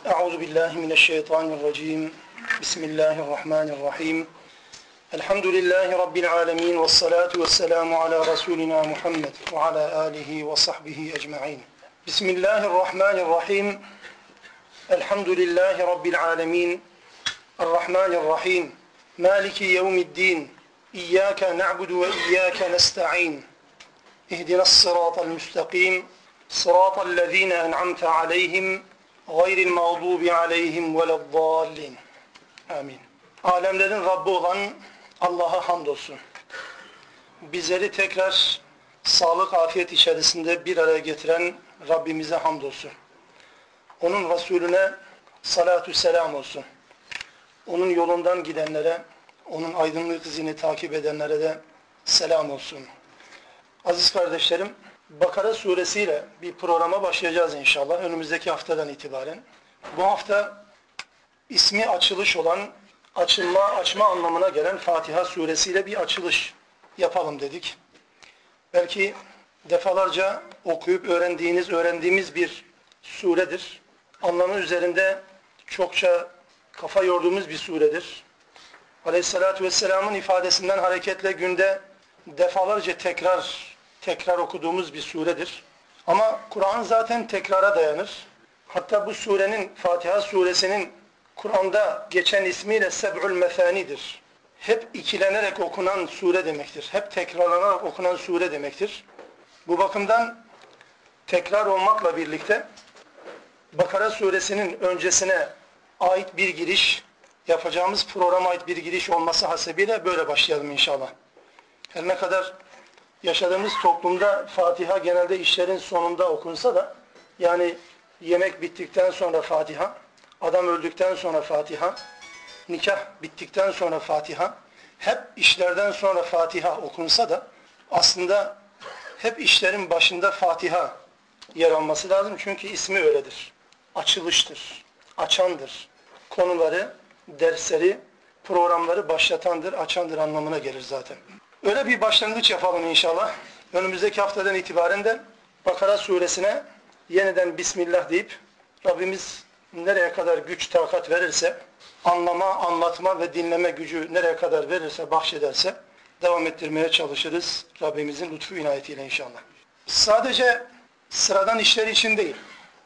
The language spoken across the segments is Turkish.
Euzu billahi mineşşeytanirracim. Bismillahirrahmanirrahim. Elhamdülillahi rabbil alamin ve's salatu vesselamu ala rasulina Muhammed ve ala alihi ve sahbihi ecmaîn. Bismillahirrahmanirrahim. Elhamdülillahi rabbil alamin. Errahmanirrahim. Maliki yevmiddin. İyyâke na'budu ve iyyâke nesta'in. İhdinas sıratal müstakim. Sıratallezîne en'amte aleyhim. Gayril mağdubi aleyhim veleddallin. Amin. Alemlerin Rabbi olan Allah'a hamdolsun. Bizleri tekrar sağlık, afiyet içerisinde bir araya getiren Rabbimize hamdolsun. Onun Resulüne salatü selam olsun. Onun yolundan gidenlere, onun aydınlık izini takip edenlere de selam olsun. Aziz kardeşlerim, Bakara suresiyle bir programa başlayacağız inşallah önümüzdeki haftadan itibaren. Bu hafta ismi açılış olan, açma anlamına gelen Fatiha suresiyle bir açılış yapalım dedik. Belki defalarca okuyup öğrendiğimiz bir suredir. Anlamı üzerinde çokça kafa yorduğumuz bir suredir. Aleyhissalatü vesselamın ifadesinden hareketle günde defalarca tekrar okuduğumuz bir suredir. Ama Kur'an zaten tekrara dayanır. Hatta bu surenin, Fatiha suresinin Kur'an'da geçen ismiyle Seb'ül Mesani'dir. Hep ikilenerek okunan sure demektir. Hep tekrarlanarak okunan sure demektir. Bu bakımdan tekrar olmakla birlikte Bakara suresinin öncesine ait bir giriş, yapacağımız programa ait bir giriş olması hasebiyle böyle başlayalım inşallah. Her ne kadar yaşadığımız toplumda Fatiha genelde işlerin sonunda okunsa da, yani yemek bittikten sonra Fatiha, adam öldükten sonra Fatiha, nikah bittikten sonra Fatiha, hep işlerden sonra Fatiha okunsa da aslında hep işlerin başında Fatiha yer alması lazım. Çünkü ismi öyledir. Açılıştır, açandır. Konuları, dersleri, programları başlatandır, açandır anlamına gelir zaten. Öyle bir başlangıç yapalım inşallah. Önümüzdeki haftadan itibaren de Bakara suresine yeniden Bismillah deyip Rabbimiz nereye kadar güç, takat verirse, anlama, anlatma ve dinleme gücü nereye kadar verirse, bahşederse devam ettirmeye çalışırız. Rabbimizin lütfu inayetiyle inşallah. Sadece sıradan işler için değil,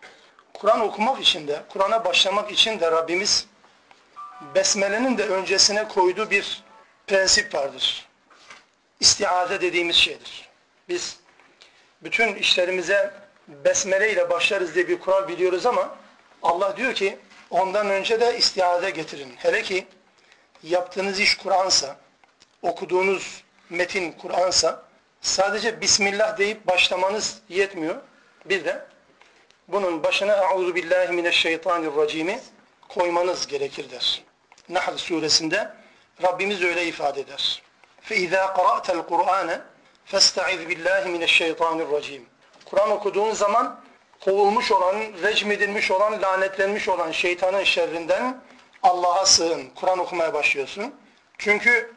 Kur'an okumak için de, Kur'an'a başlamak için de Rabbimiz Besmele'nin de öncesine koyduğu bir prensip vardır. İstiaze dediğimiz şeydir. Biz bütün işlerimize Besmele ile başlarız diye bir kural biliyoruz ama Allah diyor ki ondan önce de istiaze getirin. Hele ki yaptığınız iş Kur'ansa, okuduğunuz metin Kur'ansa sadece Bismillah deyip başlamanız yetmiyor. Bir de bunun başına Euzu billahi mineşşeytanirracim'i koymanız gerekir der. Nahl suresinde Rabbimiz öyle ifade eder. فَاِذَا قَرَأْتَ الْقُرْآنَ فَاسْتَعِذْ بِاللّٰهِ مِنَ الشَّيْطَانِ الرَّجِيمِ Kur'an okuduğun zaman kovulmuş olan, recmedilmiş olan, lanetlenmiş olan şeytanın şerrinden Allah'a sığın. Kur'an okumaya başlıyorsun. Çünkü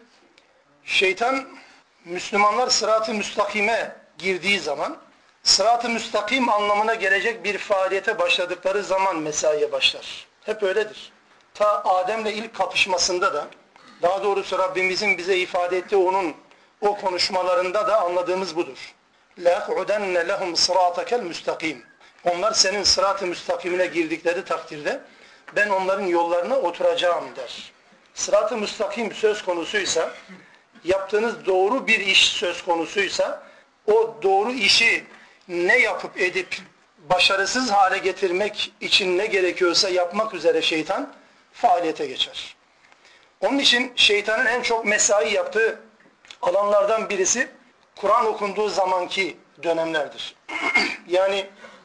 şeytan, Müslümanlar sırat-ı müstakime girdiği zaman, sırat-ı müstakim anlamına gelecek bir faaliyete başladıkları zaman mesaiye başlar. Hep öyledir. Ta Adem'le ilk kapışmasında da, daha doğrusu Rabbimizin bize ifade ettiği onun o konuşmalarında da anladığımız budur. لَاقْعُدَنَّ لَهُمْ صِرَاطَكَ الْمُسْتَقِيمِ Onlar senin sırat-ı müstakimine girdikleri takdirde ben onların yollarına oturacağım der. Sırat-ı müstakim söz konusuysa, yaptığınız doğru bir iş söz konusuysa, o doğru işi ne yapıp edip başarısız hale getirmek için ne gerekiyorsa yapmak üzere şeytan faaliyete geçer. Onun için şeytanın en çok mesai yaptığı alanlardan birisi Kur'an okunduğu zamanki dönemlerdir. Yani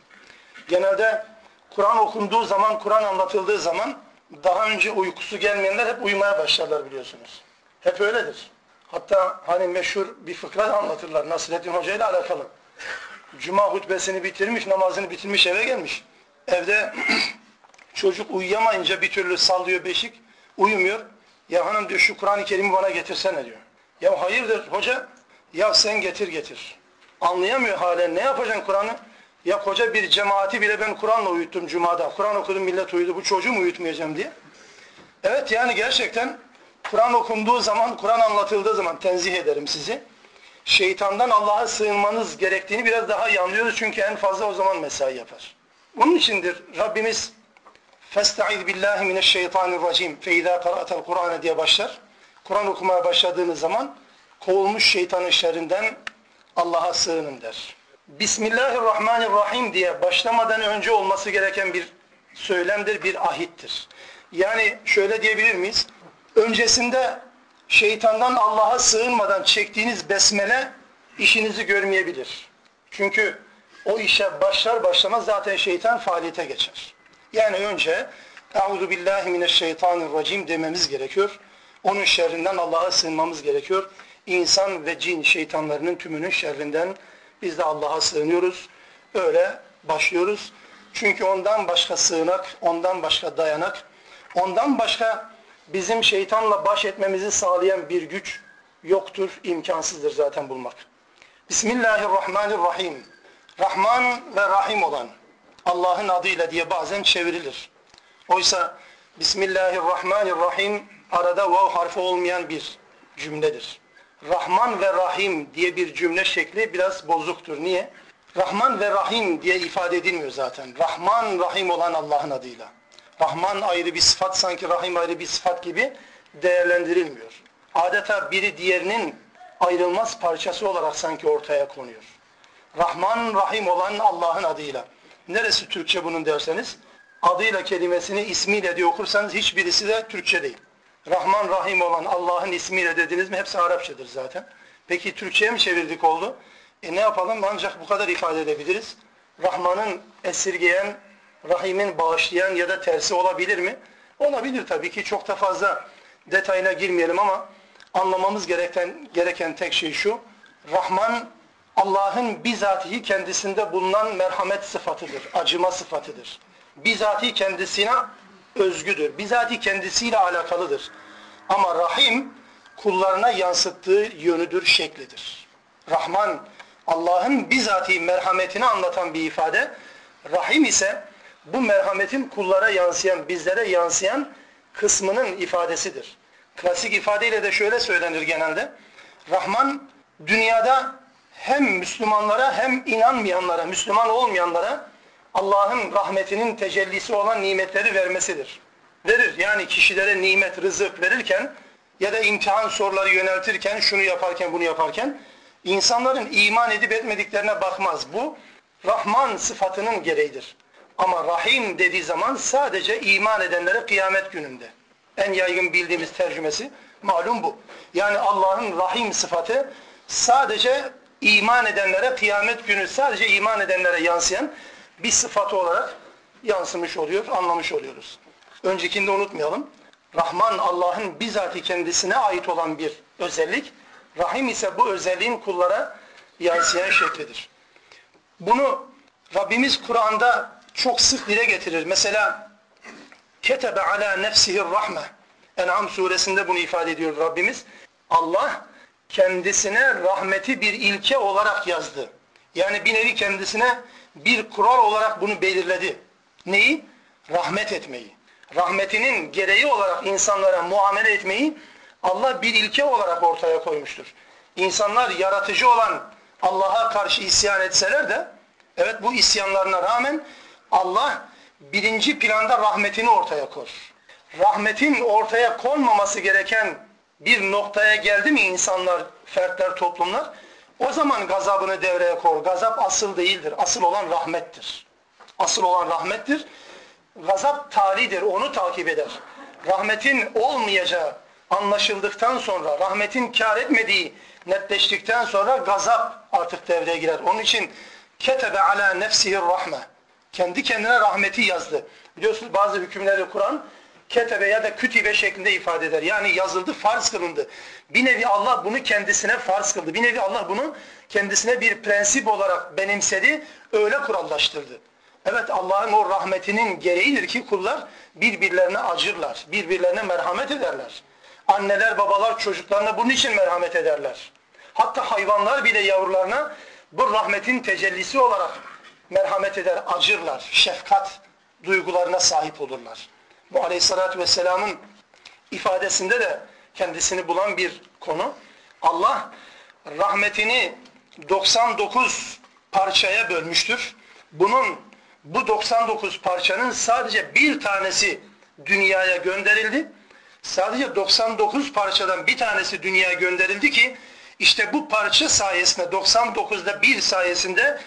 genelde Kur'an okunduğu zaman, Kur'an anlatıldığı zaman daha önce uykusu gelmeyenler hep uyumaya başlarlar biliyorsunuz. Hep öyledir. Hatta hani meşhur bir fıkra da anlatırlar Nasrettin Hoca ile alakalı. Cuma hutbesini bitirmiş, namazını bitirmiş eve gelmiş. Evde çocuk uyuyamayınca bir türlü sallıyor beşik, uyumuyor. Ya hanım diyor şu Kur'an-ı Kerim'i bana getirsene diyor. Ya hayırdır hoca? Ya sen getir. Anlayamıyor halen. Ne yapacaksın Kur'an'ı? Ya koca bir cemaati bile ben Kur'an'la uyuttum Cuma'da. Kur'an okudum, millet uyudu. Bu çocuğu mu uyutmayacağım diye. Evet, yani gerçekten Kur'an okunduğu zaman, Kur'an anlatıldığı zaman tenzih ederim sizi. Şeytandan Allah'a sığınmanız gerektiğini biraz daha iyi anlıyoruz. Çünkü en fazla o zaman mesai yapar. Onun içindir Rabbimiz فَاسْتَعِذْ بِاللّٰهِ مِنَ الشَّيْطَانِ الرَّجِيمِ فَاِذَا قَرَأْتَ الْقُرْآنَ diye başlar. Kur'an okumaya başladığınız zaman kovulmuş şeytanın şerrinden Allah'a sığının der. Bismillahirrahmanirrahim diye başlamadan önce olması gereken bir söylemdir, bir ahittir. Yani şöyle diyebilir miyiz? Öncesinde şeytandan Allah'a sığınmadan çektiğiniz besmele işinizi görmeyebilir. Çünkü o işe başlar başlamaz zaten şeytan faaliyete geçer. Yani önce Euzu billahi mineşşeytanirracim dememiz gerekiyor. Onun şerrinden Allah'a sığınmamız gerekiyor. İnsan ve cin şeytanlarının tümünün şerrinden biz de Allah'a sığınıyoruz. Öyle başlıyoruz. Çünkü ondan başka sığınak, ondan başka dayanak, ondan başka bizim şeytanla baş etmemizi sağlayan bir güç yoktur, imkansızdır zaten bulmak. Bismillahirrahmanirrahim. Rahman ve Rahim olan Allah'ın adıyla diye bazen çevrilir. Oysa Bismillahirrahmanirrahim arada vav harfi olmayan bir cümledir. Rahman ve Rahim diye bir cümle şekli biraz bozuktur. Niye? Rahman ve Rahim diye ifade edilmiyor zaten. Rahman, Rahim olan Allah'ın adıyla. Rahman ayrı bir sıfat, sanki Rahim ayrı bir sıfat gibi değerlendirilmiyor. Adeta biri diğerinin ayrılmaz parçası olarak sanki ortaya konuyor. Rahman, Rahim olan Allah'ın adıyla. Neresi Türkçe bunun derseniz, adıyla kelimesini ismiyle diye okursanız hiçbirisi de Türkçe değil. Rahman, Rahim olan Allah'ın ismiyle dediniz mi hepsi Arapçadır zaten. Peki Türkçe'ye mi çevirdik oldu? Ne yapalım? Ancak bu kadar ifade edebiliriz. Rahman'ın esirgeyen, Rahim'in bağışlayan ya da tersi olabilir mi? Olabilir tabii ki. Çok da fazla detayına girmeyelim ama anlamamız gereken tek şey şu. Rahman, Allah'ın bizatihi kendisinde bulunan merhamet sıfatıdır, acıma sıfatıdır. Bizatihi kendisine özgüdür, bizatihi kendisiyle alakalıdır. Ama Rahim, kullarına yansıttığı yönüdür, şeklidir. Rahman, Allah'ın bizatihi merhametini anlatan bir ifade. Rahim ise bu merhametin kullara yansıyan, bizlere yansıyan kısmının ifadesidir. Klasik ifadeyle de şöyle söylenir genelde. Rahman, dünyada hem Müslümanlara hem inanmayanlara, Müslüman olmayanlara Allah'ın rahmetinin tecellisi olan nimetleri vermesidir. Verir. Yani kişilere nimet, rızık verirken ya da imtihan soruları yöneltirken, şunu yaparken, bunu yaparken insanların iman edip etmediklerine bakmaz. Bu Rahman sıfatının gereğidir. Ama Rahim dediği zaman sadece iman edenlere kıyamet gününde. En yaygın bildiğimiz tercümesi malum bu. Yani Allah'ın Rahim sıfatı sadece iman edenlere kıyamet günü, sadece iman edenlere yansıyan bir sıfatı olarak yansımış oluyor, anlamış oluyoruz. Öncekini de unutmayalım. Rahman Allah'ın bizatihi kendisine ait olan bir özellik. Rahim ise bu özelliğin kullara yansıyan şeklidir. Bunu Rabbimiz Kur'an'da çok sık dile getirir. Mesela ketebe ala nefsihir rahme. En'am suresinde bunu ifade ediyor Rabbimiz. Allah kendisine rahmeti bir ilke olarak yazdı. Yani bir nevi kendisine bir kural olarak bunu belirledi. Neyi? Rahmet etmeyi. Rahmetinin gereği olarak insanlara muamele etmeyi Allah bir ilke olarak ortaya koymuştur. İnsanlar yaratıcı olan Allah'a karşı isyan etseler de, evet bu isyanlarına rağmen Allah birinci planda rahmetini ortaya koyar. Rahmetin ortaya konmaması gereken bir noktaya geldi mi insanlar, fertler, toplumlar, o zaman gazabını devreye koyar. Gazap asıl değildir. Asıl olan rahmettir. Asıl olan rahmettir. Gazap talidir, onu takip eder. Rahmetin olmayacağı anlaşıldıktan sonra, rahmetin kâr etmediği netleştikten sonra gazap artık devreye girer. Onun için ketebe ala nefsihir rahme. Kendi kendine rahmeti yazdı. Biliyorsunuz bazı hükümleri Kur'an ketebe ya da kütübe şeklinde ifade eder. Yani yazıldı, farz kılındı. Bir nevi Allah bunu kendisine farz kıldı. Bir nevi Allah bunu kendisine bir prensip olarak benimsedi, öyle kurallaştırdı. Evet, Allah'ın o rahmetinin gereğidir ki kullar birbirlerine acırlar, birbirlerine merhamet ederler. Anneler, babalar çocuklarına bunun için merhamet ederler. Hatta hayvanlar bile yavrularına bu rahmetin tecellisi olarak merhamet eder, acırlar, şefkat duygularına sahip olurlar. Bu Aleyhisselatü Vesselam'ın ifadesinde de kendisini bulan bir konu. Allah rahmetini 99 parçaya bölmüştür. Bu 99 parçanın sadece bir tanesi dünyaya gönderildi. Sadece 99 parçadan bir tanesi dünyaya gönderildi ki işte bu parça sayesinde 99'da bir sayesinde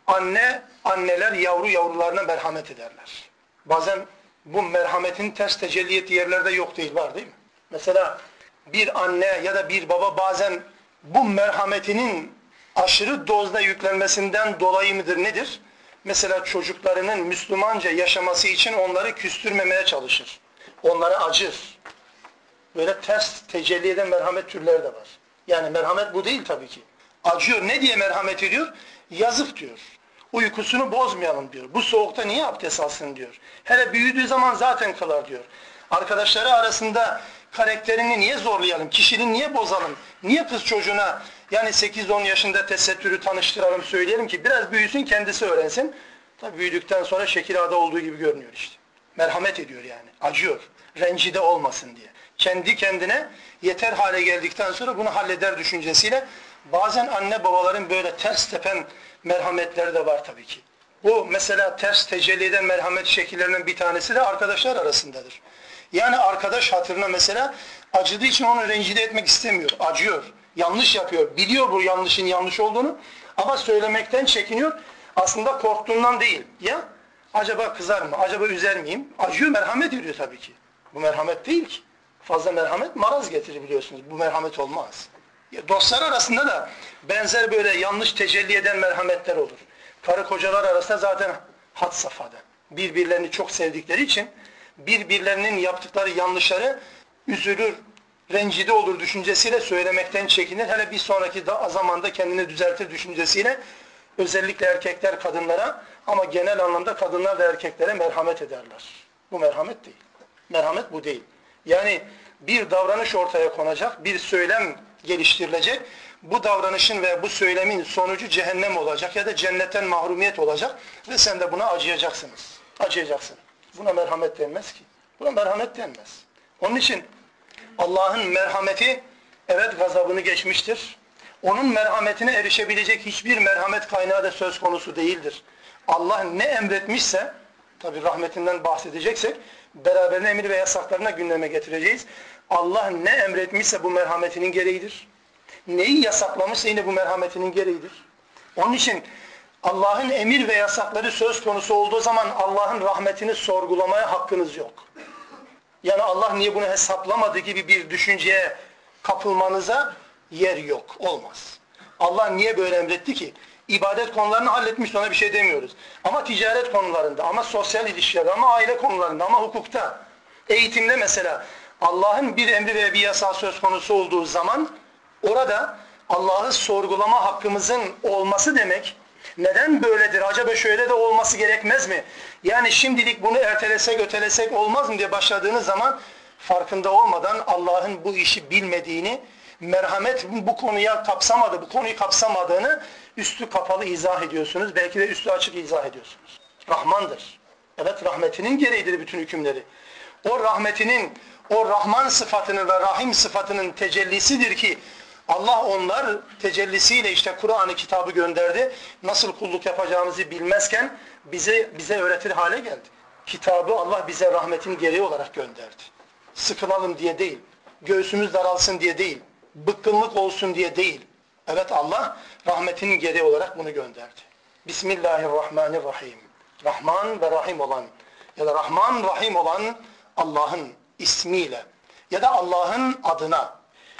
anneler yavrularına merhamet ederler. Bazen bu merhametin ters tecelli ettiği yerlerde yok değil, var değil mi? Mesela bir anne ya da bir baba bazen bu merhametinin aşırı dozda yüklenmesinden dolayı mıdır nedir? Mesela çocuklarının Müslümanca yaşaması için onları küstürmemeye çalışır. Onlara acır. Böyle ters tecelli eden merhamet türleri de var. Yani merhamet bu değil tabii ki. Acıyor. Ne diye merhamet ediyor? Yazık diyor. Uykusunu bozmayalım diyor. Bu soğukta niye abdest alsın diyor. Hele büyüdüğü zaman zaten kılar diyor. Arkadaşları arasında karakterini niye zorlayalım? Kişiliğini niye bozalım? Niye kız çocuğuna yani 8-10 yaşında tesettürü tanıştıralım, söyleyelim ki biraz büyüsün, kendisi öğrensin. Tabii büyüdükten sonra şekil ağda olduğu gibi görünüyor işte. Merhamet ediyor yani. Acıyor. Rencide olmasın diye. Kendi kendine yeter hale geldikten sonra bunu halleder düşüncesiyle bazen anne babaların böyle ters tepen merhametleri de var tabii ki. Bu mesela ters tecelli eden merhamet şekillerinden bir tanesi de arkadaşlar arasındadır. Yani arkadaş hatırına mesela acıdığı için onu rencide etmek istemiyor. Acıyor. Yanlış yapıyor. Biliyor bu yanlışın yanlış olduğunu ama söylemekten çekiniyor. Aslında korktuğundan değil. Ya acaba kızar mı? Acaba üzer miyim? Acıyor, merhamet ediyor tabii ki. Bu merhamet değil ki. Fazla merhamet maraz getirir biliyorsunuz. Bu merhamet olmaz. Dostlar arasında da benzer böyle yanlış tecelli eden merhametler olur. Karı kocalar arasında zaten had safhada. Birbirlerini çok sevdikleri için birbirlerinin yaptıkları yanlışları üzülür, rencide olur düşüncesiyle söylemekten çekinir. Hele bir sonraki zamanda kendini düzeltir düşüncesiyle özellikle erkekler kadınlara ama genel anlamda kadınlar da erkeklere merhamet ederler. Bu merhamet değil. Merhamet bu değil. Yani bir davranış ortaya konacak, bir söylem geliştirilecek. Bu davranışın ve bu söylemin sonucu cehennem olacak ya da cennetten mahrumiyet olacak ve sen de buna acıyacaksınız. Acıyacaksın. Buna merhamet denmez ki. Buna merhamet denmez. Onun için Allah'ın merhameti evet gazabını geçmiştir. Onun merhametine erişebilecek hiçbir merhamet kaynağı da söz konusu değildir. Allah ne emretmişse, tabi rahmetinden bahsedeceksek, beraberine emir ve yasaklarına gündeme getireceğiz. Allah ne emretmişse bu merhametinin gereğidir. Neyi yasaklamışsa yine bu merhametinin gereğidir. Onun için Allah'ın emir ve yasakları söz konusu olduğu zaman Allah'ın rahmetini sorgulamaya hakkınız yok. Yani Allah niye bunu hesaplamadı gibi bir düşünceye kapılmanıza yer yok. Olmaz. Allah niye böyle emretti ki? İbadet konularını halletmiş, ona bir şey demiyoruz. Ama ticaret konularında, ama sosyal ilişkilerde, ama aile konularında, ama hukukta, eğitimde mesela Allah'ın bir emri ve bir yasağı söz konusu olduğu zaman orada Allah'ı sorgulama hakkımızın olması demek, neden böyledir, acaba şöyle de olması gerekmez mi? Yani şimdilik bunu ertelesek, ötelesek olmaz mı diye başladığınız zaman farkında olmadan Allah'ın bu işi bilmediğini, merhamet bu konuya kapsamadı, bu konuyu kapsamadığını üstü kapalı izah ediyorsunuz. Belki de üstü açık izah ediyorsunuz. Rahmandır. Evet, rahmetinin gereğidir bütün hükümleri. O rahmetinin, o Rahman sıfatının ve Rahim sıfatının tecellisidir ki Allah onlar tecellisiyle işte Kur'an-ı Kitabı gönderdi. Nasıl kulluk yapacağımızı bilmezken bize öğretir hale geldi. Kitabı Allah bize rahmetin gereği olarak gönderdi. Sıkılalım diye değil, göğsümüz daralsın diye değil, bıkkınlık olsun diye değil. Evet, Allah rahmetinin gereği olarak bunu gönderdi. Bismillahirrahmanirrahim. Rahman ve Rahim olan ya da Rahman Rahim olan Allah'ın ismiyle ya da Allah'ın adına,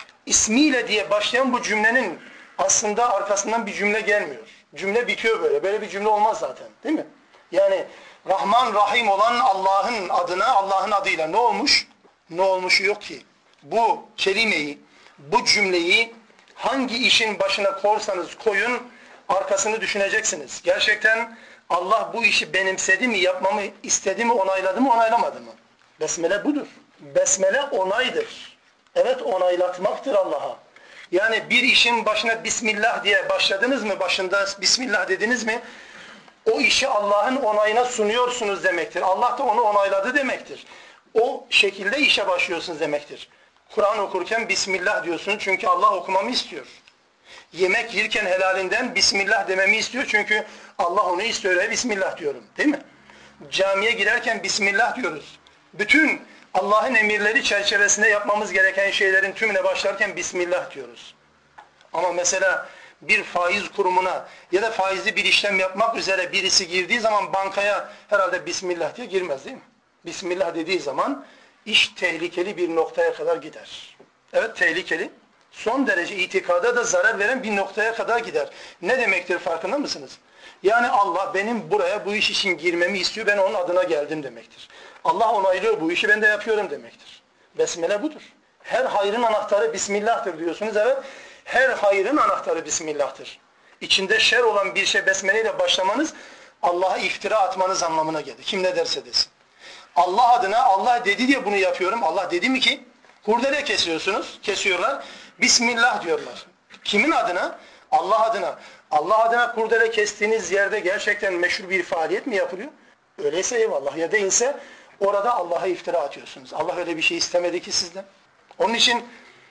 ismiyle diye başlayan bu cümlenin aslında arkasından bir cümle gelmiyor. Cümle bitiyor böyle. Böyle bir cümle olmaz zaten. Değil mi? Yani Rahman Rahim olan Allah'ın adına, Allah'ın adıyla ne olmuş? Ne olmuşu yok ki. Bu kelimeyi, bu cümleyi hangi işin başına korsanız koyun, arkasını düşüneceksiniz. Gerçekten Allah bu işi benimsedi mi, yapmamı istedi mi, onayladı mı, onaylamadı mı? Besmele budur. Besmele onaydır. Evet, onaylatmaktır Allah'a. Yani bir işin başına Bismillah diye başladınız mı, başında Bismillah dediniz mi, O işi Allah'ın onayına sunuyorsunuz demektir. Allah da onu onayladı demektir. O şekilde işe başlıyorsunuz demektir. Kur'an okurken Bismillah diyorsunuz çünkü Allah okumamı istiyor. Yemek yerken helalinden Bismillah dememi istiyor çünkü Allah onu istiyor ve Bismillah diyorum. Değil mi? Camiye girerken Bismillah diyoruz. Bütün Allah'ın emirleri çerçevesinde yapmamız gereken şeylerin tümüne başlarken Bismillah diyoruz. Ama mesela bir faiz kurumuna ya da faizli bir işlem yapmak üzere birisi girdiği zaman bankaya herhalde Bismillah diye girmez değil mi? Bismillah dediği zaman iş tehlikeli bir noktaya kadar gider. Evet, tehlikeli. Son derece itikada da zarar veren bir noktaya kadar gider. Ne demektir farkında mısınız? Yani Allah benim buraya bu iş için girmemi istiyor, ben onun adına geldim demektir. Allah onaylıyor bu işi, ben de yapıyorum demektir. Besmele budur. Her hayrın anahtarı Bismillah'tır diyorsunuz, evet. Her hayrın anahtarı Bismillah'tır. İçinde şer olan bir şey besmeleyle başlamanız, Allah'a iftira atmanız anlamına gelir. Kim ne derse desin. Allah adına, Allah dedi diye bunu yapıyorum. Allah dedi mi ki? Kurdele kesiyorsunuz, kesiyorlar. Bismillah diyorlar. Kimin adına? Allah adına. Allah adına kurdele kestiğiniz yerde gerçekten meşru bir faaliyet mi yapılıyor? Öyleyse eyvallah. Ya değilse orada Allah'a iftira atıyorsunuz. Allah öyle bir şey istemedi ki sizden. Onun için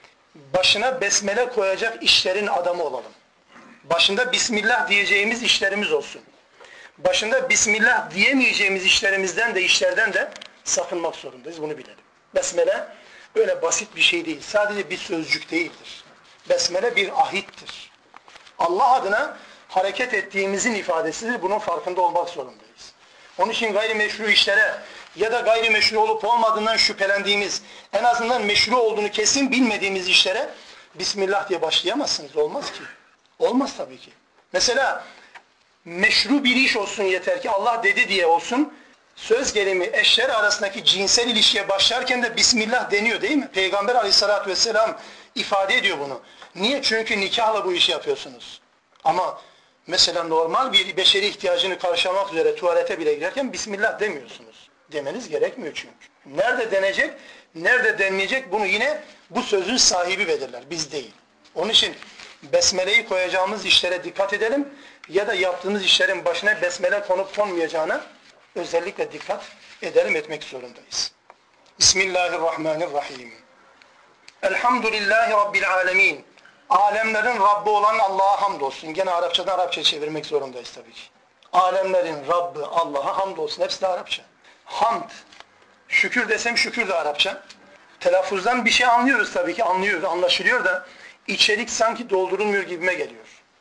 başına besmele koyacak işlerin adamı olalım. Başında Bismillah diyeceğimiz işlerimiz olsun. Başında Bismillah diyemeyeceğimiz işlerden de sakınmak zorundayız. Bunu bilelim. Besmele öyle basit bir şey değil. Sadece bir sözcük değildir. Besmele bir ahittir. Allah adına hareket ettiğimizin ifadesidir. Bunun farkında olmak zorundayız. Onun için gayrimeşru işlere ya da gayrimeşru olup olmadığından şüphelendiğimiz, en azından meşru olduğunu kesin bilmediğimiz işlere Bismillah diye başlayamazsınız. Olmaz ki. Olmaz tabii ki. Mesela meşru bir iş olsun yeter ki Allah dedi diye olsun. Söz gelimi eşler arasındaki cinsel ilişkiye başlarken de Bismillah deniyor değil mi? Peygamber aleyhissalatü vesselam ifade ediyor bunu. Niye? Çünkü nikahla bu işi yapıyorsunuz. Ama mesela normal bir beşeri ihtiyacını karşılamak üzere tuvalete bile girerken Bismillah demiyorsunuz. Demeniz gerekmiyor çünkü. Nerede denecek, nerede denmeyecek bunu yine bu sözün sahibi belirler. Biz değil. Onun için besmeleyi koyacağımız işlere dikkat edelim ya da yaptığımız işlerin başına besmele konup konmayacağına özellikle dikkat edelim, etmek zorundayız. Bismillahirrahmanirrahim. Elhamdülillahi Rabbil alemin. Alemlerin Rabbi olan Allah'a hamdolsun. Gene Arapçadan Arapça çevirmek zorundayız tabii ki. Alemlerin Rabbi Allah'a hamdolsun. Hepsi de Arapça. Hamd. Şükür desem şükür de Arapça. Telaffuzdan bir şey anlıyoruz tabii ki. Anlıyoruz, anlaşılıyor da içerik sanki doldurulmuyor gibime geliyor.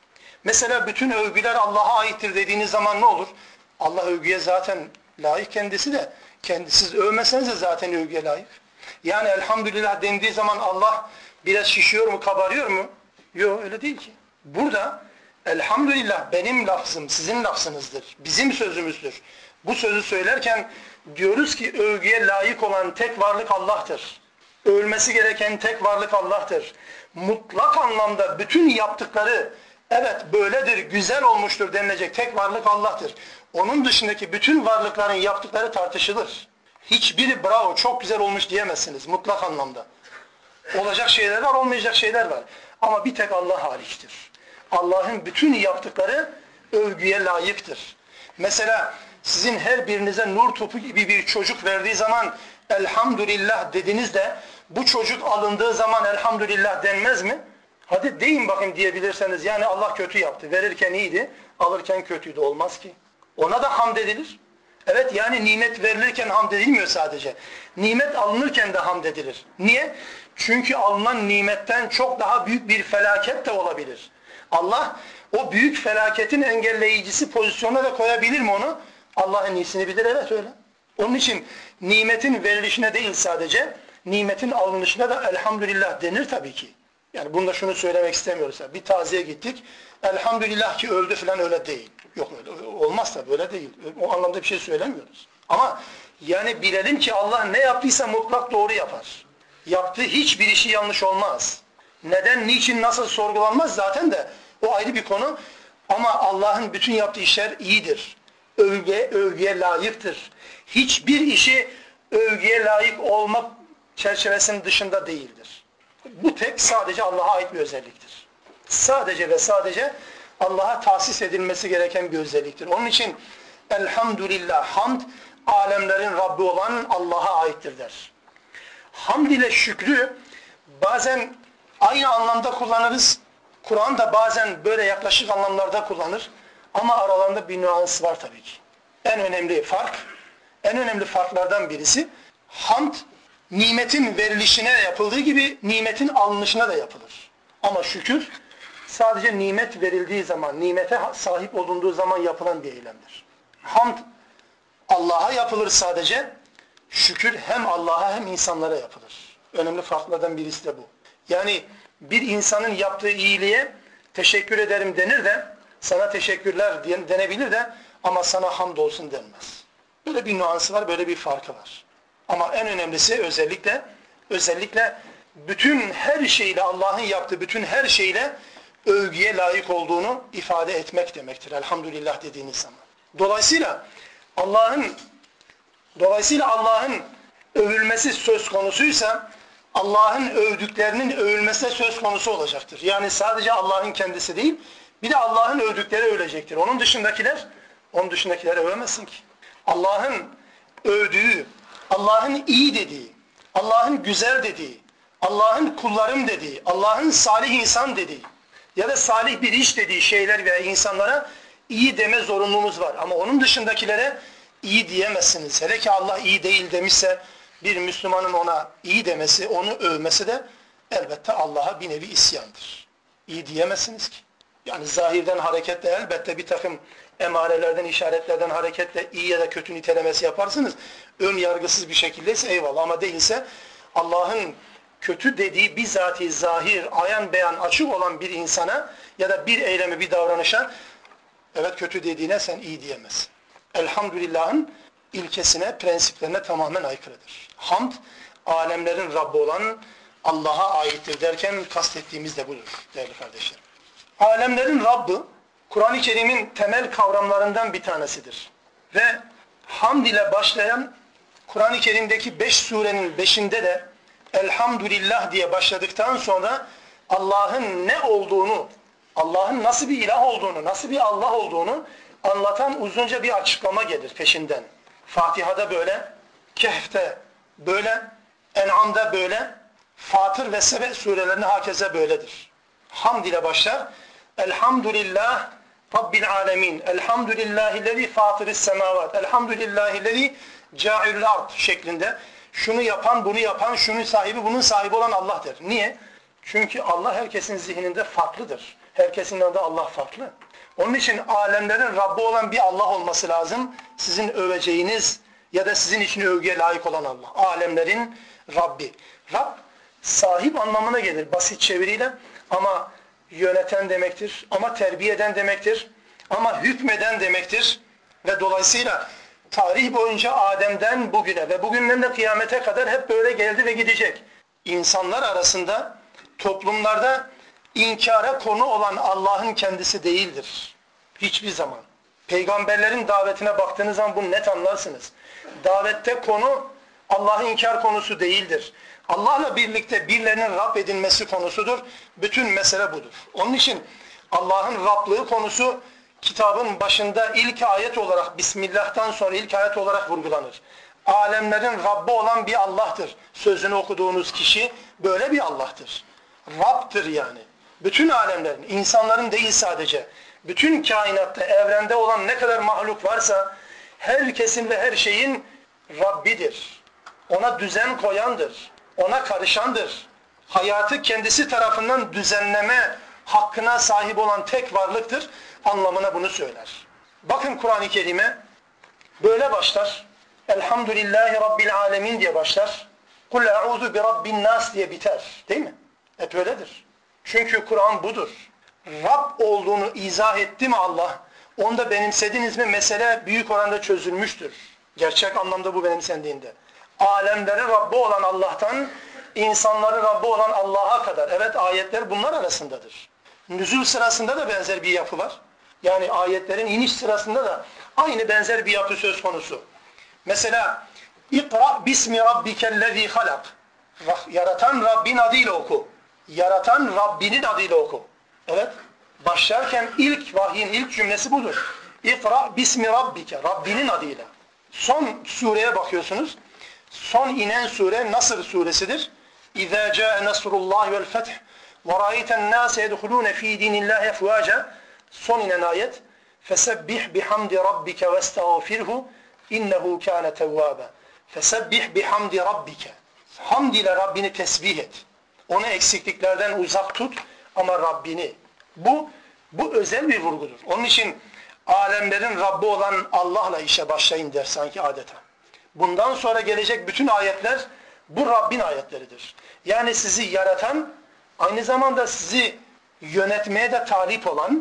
Mesela bütün övgüler Allah'a aittir dediğiniz zaman ne olur? Allah övgüye zaten layık kendisi de. Kendisiz övmeseniz de zaten övgüye layık. Yani elhamdülillah dendiği zaman Allah biraz şişiyor mu, kabarıyor mu? Yok, öyle değil ki. Burada elhamdülillah benim lafzım, sizin lafzınızdır. Bizim sözümüzdür. Bu sözü söylerken diyoruz ki övgüye layık olan tek varlık Allah'tır. Övülmesi gereken tek varlık Allah'tır. Mutlak anlamda bütün yaptıkları evet böyledir, güzel olmuştur denilecek tek varlık Allah'tır. Onun dışındaki bütün varlıkların yaptıkları tartışılır. Hiçbiri bravo, çok güzel olmuş diyemezsiniz mutlak anlamda. Olacak şeyler var, olmayacak şeyler var. Ama bir tek Allah hariçtir. Allah'ın bütün yaptıkları övgüye layıktır. Mesela sizin her birinize nur topu gibi bir çocuk verdiği zaman elhamdülillah dediniz de bu çocuk alındığı zaman elhamdülillah denmez mi? Hadi deyin bakayım diyebilirseniz. Yani Allah kötü yaptı. Verirken iyiydi, alırken kötüydü. Olmaz ki. Ona da hamd edilir. Evet, yani nimet verilirken hamd edilmiyor sadece. Nimet alınırken de hamd edilir. Niye? Çünkü alınan nimetten çok daha büyük bir felaket de olabilir. Allah o büyük felaketin engelleyicisi pozisyonuna da koyabilir mi onu? Allah'ın iyisini bilir, evet öyle. Onun için nimetin verilişine değil sadece, nimetin alınışına da elhamdülillah denir tabii ki. Yani bunda şunu söylemek istemiyoruz. Bir taziye gittik, elhamdülillah ki öldü falan, öyle değil. Yok öyle olmaz da böyle değil. O anlamda bir şey söylemiyoruz. Ama yani bilelim ki Allah ne yaptıysa mutlak doğru yapar. Yaptığı hiçbir işi yanlış olmaz. Neden, niçin, nasıl sorgulanmaz zaten de o ayrı bir konu. Ama Allah'ın bütün yaptığı işler iyidir. Övgüye layıktır. Hiçbir işi övgüye layık olmak çerçevesinin dışında değildir. Bu tek sadece Allah'a ait bir özelliktir. Sadece ve sadece Allah'a tahsis edilmesi gereken bir özelliktir. Onun için elhamdülillah, hamd alemlerin Rabbi olan Allah'a aittir der. Hamd ile şükrü bazen aynı anlamda kullanırız. Kur'an da bazen böyle yaklaşık anlamlarda kullanır. Ama aralarında bir nüans var tabii ki. En önemli farklardan birisi hamd nimetin verilişine yapıldığı gibi nimetin alınışına da yapılır. Ama şükür sadece nimet verildiği zaman, nimete sahip olunduğu zaman yapılan bir eylemdir. Hamd Allah'a yapılır sadece. Şükür hem Allah'a hem insanlara yapılır. Önemli farklardan birisi de bu. Yani bir insanın yaptığı iyiliğe teşekkür ederim denir de, sana teşekkürler denebilir de ama sana hamdolsun denmez. Böyle bir nüansı var, böyle bir farkı var. Ama en önemlisi özellikle bütün her şeyle, Allah'ın yaptığı bütün her şeyle övgüye layık olduğunu ifade etmek demektir. Elhamdülillah dediğiniz zaman. Dolayısıyla Allah'ın övülmesi söz konusuysa Allah'ın övdüklerinin övülmesi de söz konusu olacaktır. Yani sadece Allah'ın kendisi değil, bir de Allah'ın övdükleri övülecektir. Onun dışındakiler övemezsin ki. Allah'ın övdüğü, Allah'ın iyi dediği, Allah'ın güzel dediği, Allah'ın kullarım dediği, Allah'ın salih insan dediği ya da salih bir iş dediği şeyler veya insanlara iyi deme zorunluluğumuz var. Ama onun dışındakilere iyi diyemezsiniz. Hele ki Allah iyi değil demişse bir Müslümanın ona iyi demesi, onu övmesi de elbette Allah'a bir nevi isyandır. İyi diyemezsiniz ki. Yani zahirden hareketle elbette bir takım emarelerden, işaretlerden hareketle iyi ya da kötü nitelemesi yaparsınız. Ön yargısız bir şekildeyse eyvallah, ama değilse Allah'ın kötü dediği bizatihi zahir, ayan beyan açık olan bir insana ya da bir eyleme, bir davranışa evet kötü dediğine sen iyi diyemezsin. Elhamdülillah'ın ilkesine, prensiplerine tamamen aykırıdır. Hamd, alemlerin Rabbi olan Allah'a aittir derken kastettiğimiz de budur değerli kardeşlerim. Alemlerin Rabbi, Kur'an-ı Kerim'in temel kavramlarından bir tanesidir. Ve hamd ile başlayan Kur'an-ı Kerim'deki 5 surenin 5'inde de Elhamdülillah diye başladıktan sonra Allah'ın ne olduğunu, Allah'ın nasıl bir ilah olduğunu, nasıl bir Allah olduğunu anlatan uzunca bir açıklama gelir peşinden. Fatiha'da böyle, Kehf'te böyle, En'am'da böyle, Fatır ve Sebe surelerinde hakeza böyledir. Hamd ile başlar. Elhamdülillah Rabbil alemin. Elhamdülillahillezî fâtiris semâvât. Elhamdülillahillezî câilül ard şeklinde. Şunu yapan, bunu yapan, şunun sahibi, bunun sahibi olan Allah'tır. Niye? Çünkü Allah herkesin zihninde farklıdır. Herkesin yanında Allah farklı. Onun için alemlerin Rabbi olan bir Allah olması lazım. Sizin öveceğiniz ya da sizin için övgüye layık olan Allah. Alemlerin Rabbi. Rab, sahip anlamına gelir basit çeviriyle. Ama yöneten demektir. Ama terbiye eden demektir. Ama hükmeden demektir. Ve dolayısıyla tarih boyunca Adem'den bugüne ve bugünden de kıyamete kadar hep böyle geldi ve gidecek. İnsanlar arasında, toplumlarda inkara konu olan Allah'ın kendisi değildir. Hiçbir zaman. Peygamberlerin davetine baktığınız zaman bunu net anlarsınız. Davette konu Allah'ın inkar konusu değildir. Allah'la birlikte birilerinin Rab edilmesi konusudur. Bütün mesele budur. Onun için Allah'ın Rablığı konusu kitabın başında ilk ayet olarak, Bismillah'tan sonra ilk ayet olarak vurgulanır. Alemlerin Rabbi olan bir Allah'tır. Sözünü okuduğunuz kişi böyle bir Allah'tır. Rab'tır yani. Bütün alemlerin, insanların değil sadece, bütün kainatta, evrende olan ne kadar mahluk varsa, herkesin ve her şeyin Rabbidir. Ona düzen koyandır. Ona karışandır. Hayatı kendisi tarafından düzenleme hakkına sahip olan tek varlıktır. Anlamına bunu söyler. Bakın Kur'an-ı Kerim'e böyle başlar. Elhamdülillahi Rabbil alemin diye başlar. Kul e'udhu bi rabbin nas diye biter. Değil mi? Hep öyledir. Çünkü Kur'an budur. Rab olduğunu izah etti mi Allah? Onu da benimsediniz mi? Mesele büyük oranda çözülmüştür. Gerçek anlamda bu benimsendiğinde. Alemlerin Rabbi olan Allah'tan insanların Rabbi olan Allah'a kadar. Evet, ayetler bunlar arasındadır. Nüzul sırasında da benzer bir yapı var. Yani ayetlerin iniş sırasında da aynı benzer bir yapı söz konusu. Mesela İkra bismi rabbikellezî halak. Yaratan Rabbin adıyla oku. Yaratan Rabbinin adıyla oku. Evet. Başlarken ilk vahyin ilk cümlesi budur. İkra bismi rabbike. Rabbinin adıyla. Son sureye bakıyorsunuz. Son inen sure Nasr suresidir. İzâ câe nasrullâhi vel feth ve râeyten nâse yedhulûne fî dînillâhi efvâca. Son inen ayet. Fesebbih bihamdi rabbike ve estağfirhu innehu kâne tevvâbe. Fesebbih bihamdi rabbike. Hamd ile Rabbini tesbih et. Onu eksikliklerden uzak tut ama Rabbini. Bu özel bir vurgudur. Onun için alemlerin Rabbi olan Allah'la işe başlayın der sanki adeta. Bundan sonra gelecek bütün ayetler bu Rabbin ayetleridir. Yani sizi yaratan, aynı zamanda sizi yönetmeye de talip olan,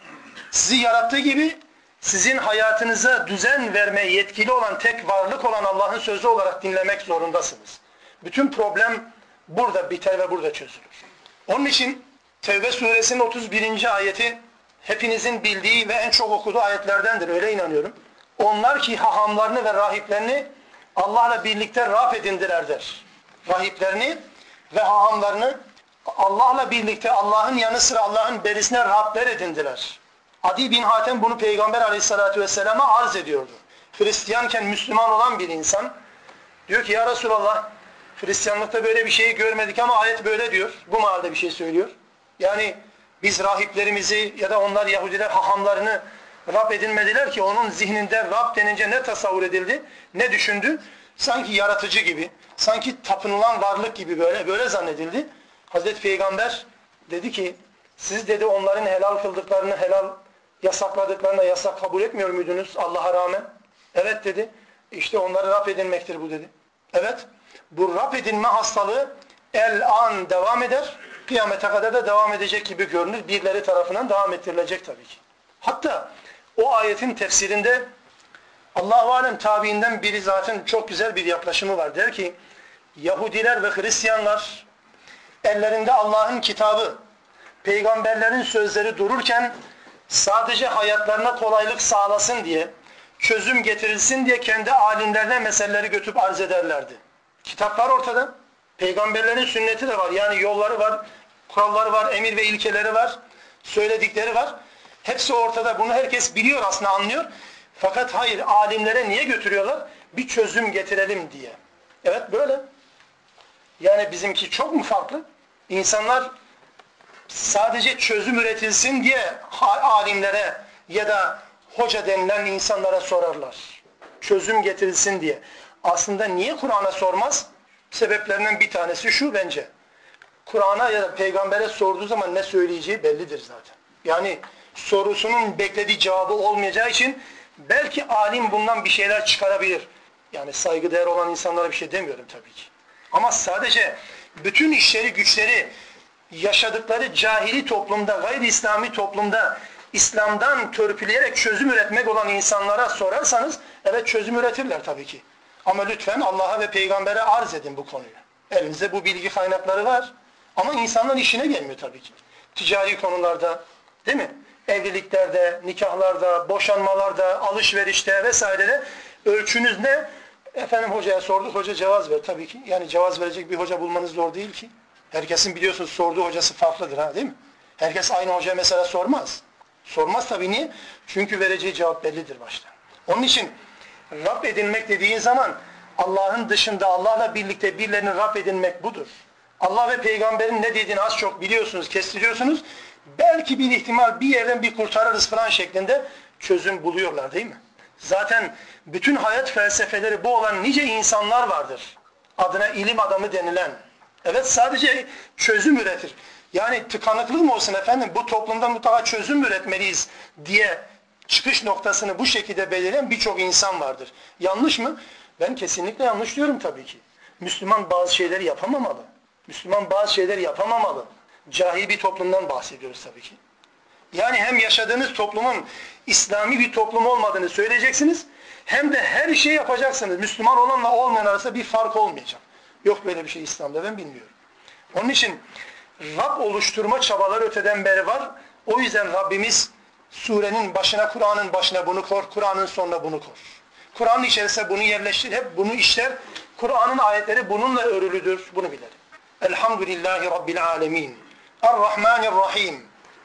sizi yarattığı gibi sizin hayatınıza düzen vermeye yetkili olan, tek varlık olan Allah'ın sözü olarak dinlemek zorundasınız. Bütün problem burada biter ve burada çözülür. Onun için Tevbe suresinin 31. ayeti hepinizin bildiği ve en çok okuduğu ayetlerdendir. Öyle inanıyorum. Onlar ki hahamlarını ve rahiplerini Allah'la birlikte Rab edindiler der. Rahiplerini ve hahamlarını Allah'la birlikte Allah'ın yanı sıra Allah'ın berisine Rabler edindiler. Adi bin Hatem bunu Peygamber aleyhissalatü vesselama arz ediyordu. Hristiyanken Müslüman olan bir insan diyor ki ya Resulallah Hristiyanlıkta böyle bir şeyi görmedik ama ayet böyle diyor. Bu mealde bir şey söylüyor. Yani biz rahiplerimizi ya da onlar Yahudiler hahamlarını Rab edinmediler ki onun zihninde Rab denince ne tasavvur edildi, ne düşündü? Sanki yaratıcı gibi, sanki tapınılan varlık gibi böyle zannedildi. Hazreti Peygamber dedi ki siz dedi onların helal kıldıklarını helal yasakladıklarına yasak kabul etmiyor muydunuz Allah'a rağmen? Evet dedi. İşte onları Rab edinmektir bu dedi. Evet. Bu Rab edinme hastalığı el-an devam eder. Kıyamete kadar da devam edecek gibi görünür. Birileri tarafından devam ettirilecek tabii ki. Hatta o ayetin tefsirinde Allah-u Alem tabiinden biri zaten çok güzel bir yaklaşımı var. Der ki Yahudiler ve Hristiyanlar ellerinde Allah'ın kitabı, peygamberlerin sözleri dururken sadece hayatlarına kolaylık sağlasın diye, çözüm getirilsin diye kendi alimlerine meseleleri götürüp arz ederlerdi. Kitaplar ortada. Peygamberlerin sünneti de var. Yani yolları var, kuralları var, emir ve ilkeleri var, söyledikleri var. Hepsi ortada. Bunu herkes biliyor aslında, anlıyor. Fakat hayır, alimlere niye götürüyorlar? Bir çözüm getirelim diye. Evet böyle. Yani bizimki çok mu farklı? İnsanlar sadece çözüm üretilsin diye alimlere ya da hoca denilen insanlara sorarlar. Çözüm getirilsin diye. Aslında niye Kur'an'a sormaz? Sebeplerinden bir tanesi şu bence. Kur'an'a ya da peygambere sorduğu zaman ne söyleyeceği bellidir zaten. Yani sorusunun beklediği cevabı olmayacağı için belki alim bundan bir şeyler çıkarabilir. Yani saygıdeğer olan insanlara bir şey demiyorum tabii ki. Ama sadece bütün işleri güçleri yaşadıkları cahili toplumda, gayri İslami toplumda İslam'dan törpüleyerek çözüm üretmek olan insanlara sorarsanız evet çözüm üretirler tabii ki. Ama lütfen Allah'a ve peygambere arz edin bu konuyu. Elinizde bu bilgi kaynakları var. Ama insanların işine gelmiyor tabii ki. Ticari konularda, değil mi? Evliliklerde, nikahlarda, boşanmalarda, alışverişte vesairede ölçünüz ne? Efendim hocaya sorduk, hoca cevaz ver tabii ki. Yani cevaz verecek bir hoca bulmanız zor değil ki. Herkesin biliyorsunuz sorduğu hocası farklıdır ha, değil mi? Herkes aynı hocaya mesela sormaz. Sormaz tabii niye? Çünkü vereceği cevap bellidir başta. Onun için Rab edinmek dediğin zaman Allah'ın dışında Allah'la birlikte birilerini Rab edinmek budur. Allah ve peygamberin ne dediğini az çok biliyorsunuz, kestiriyorsunuz. Belki bir ihtimal bir yerden bir kurtarırız falan şeklinde çözüm buluyorlar değil mi? Zaten bütün hayat felsefeleri bu olan nice insanlar vardır. Adına ilim adamı denilen. Evet sadece çözüm üretir. Yani tıkanıklık mı olsun efendim bu toplumda mutlaka çözüm üretmeliyiz diye çıkış noktasını bu şekilde belirleyen birçok insan vardır. Yanlış mı? Ben kesinlikle yanlış diyorum tabii ki. Müslüman bazı şeyleri yapamamalı. Müslüman bazı şeyleri yapamamalı. Cahil bir toplumdan bahsediyoruz tabii ki. Yani hem yaşadığınız toplumun İslami bir toplum olmadığını söyleyeceksiniz, hem de her şeyi yapacaksınız. Müslüman olanla olmayan arasında bir fark olmayacak. Yok böyle bir şey İslam'da, ben bilmiyorum. Onun için Rab oluşturma çabaları öteden beri var. O yüzden Rabbimiz surenin başına, Kur'an'ın başına bunu koy, Kur'an'ın sonuna bunu koy. Kur'an'ın içerisine bunu yerleştir, hep bunu işler. Kur'an'ın ayetleri bununla örülüdür, bunu bilelim. Elhamdülillahi Rabbil alemin. Errahmanirrahim.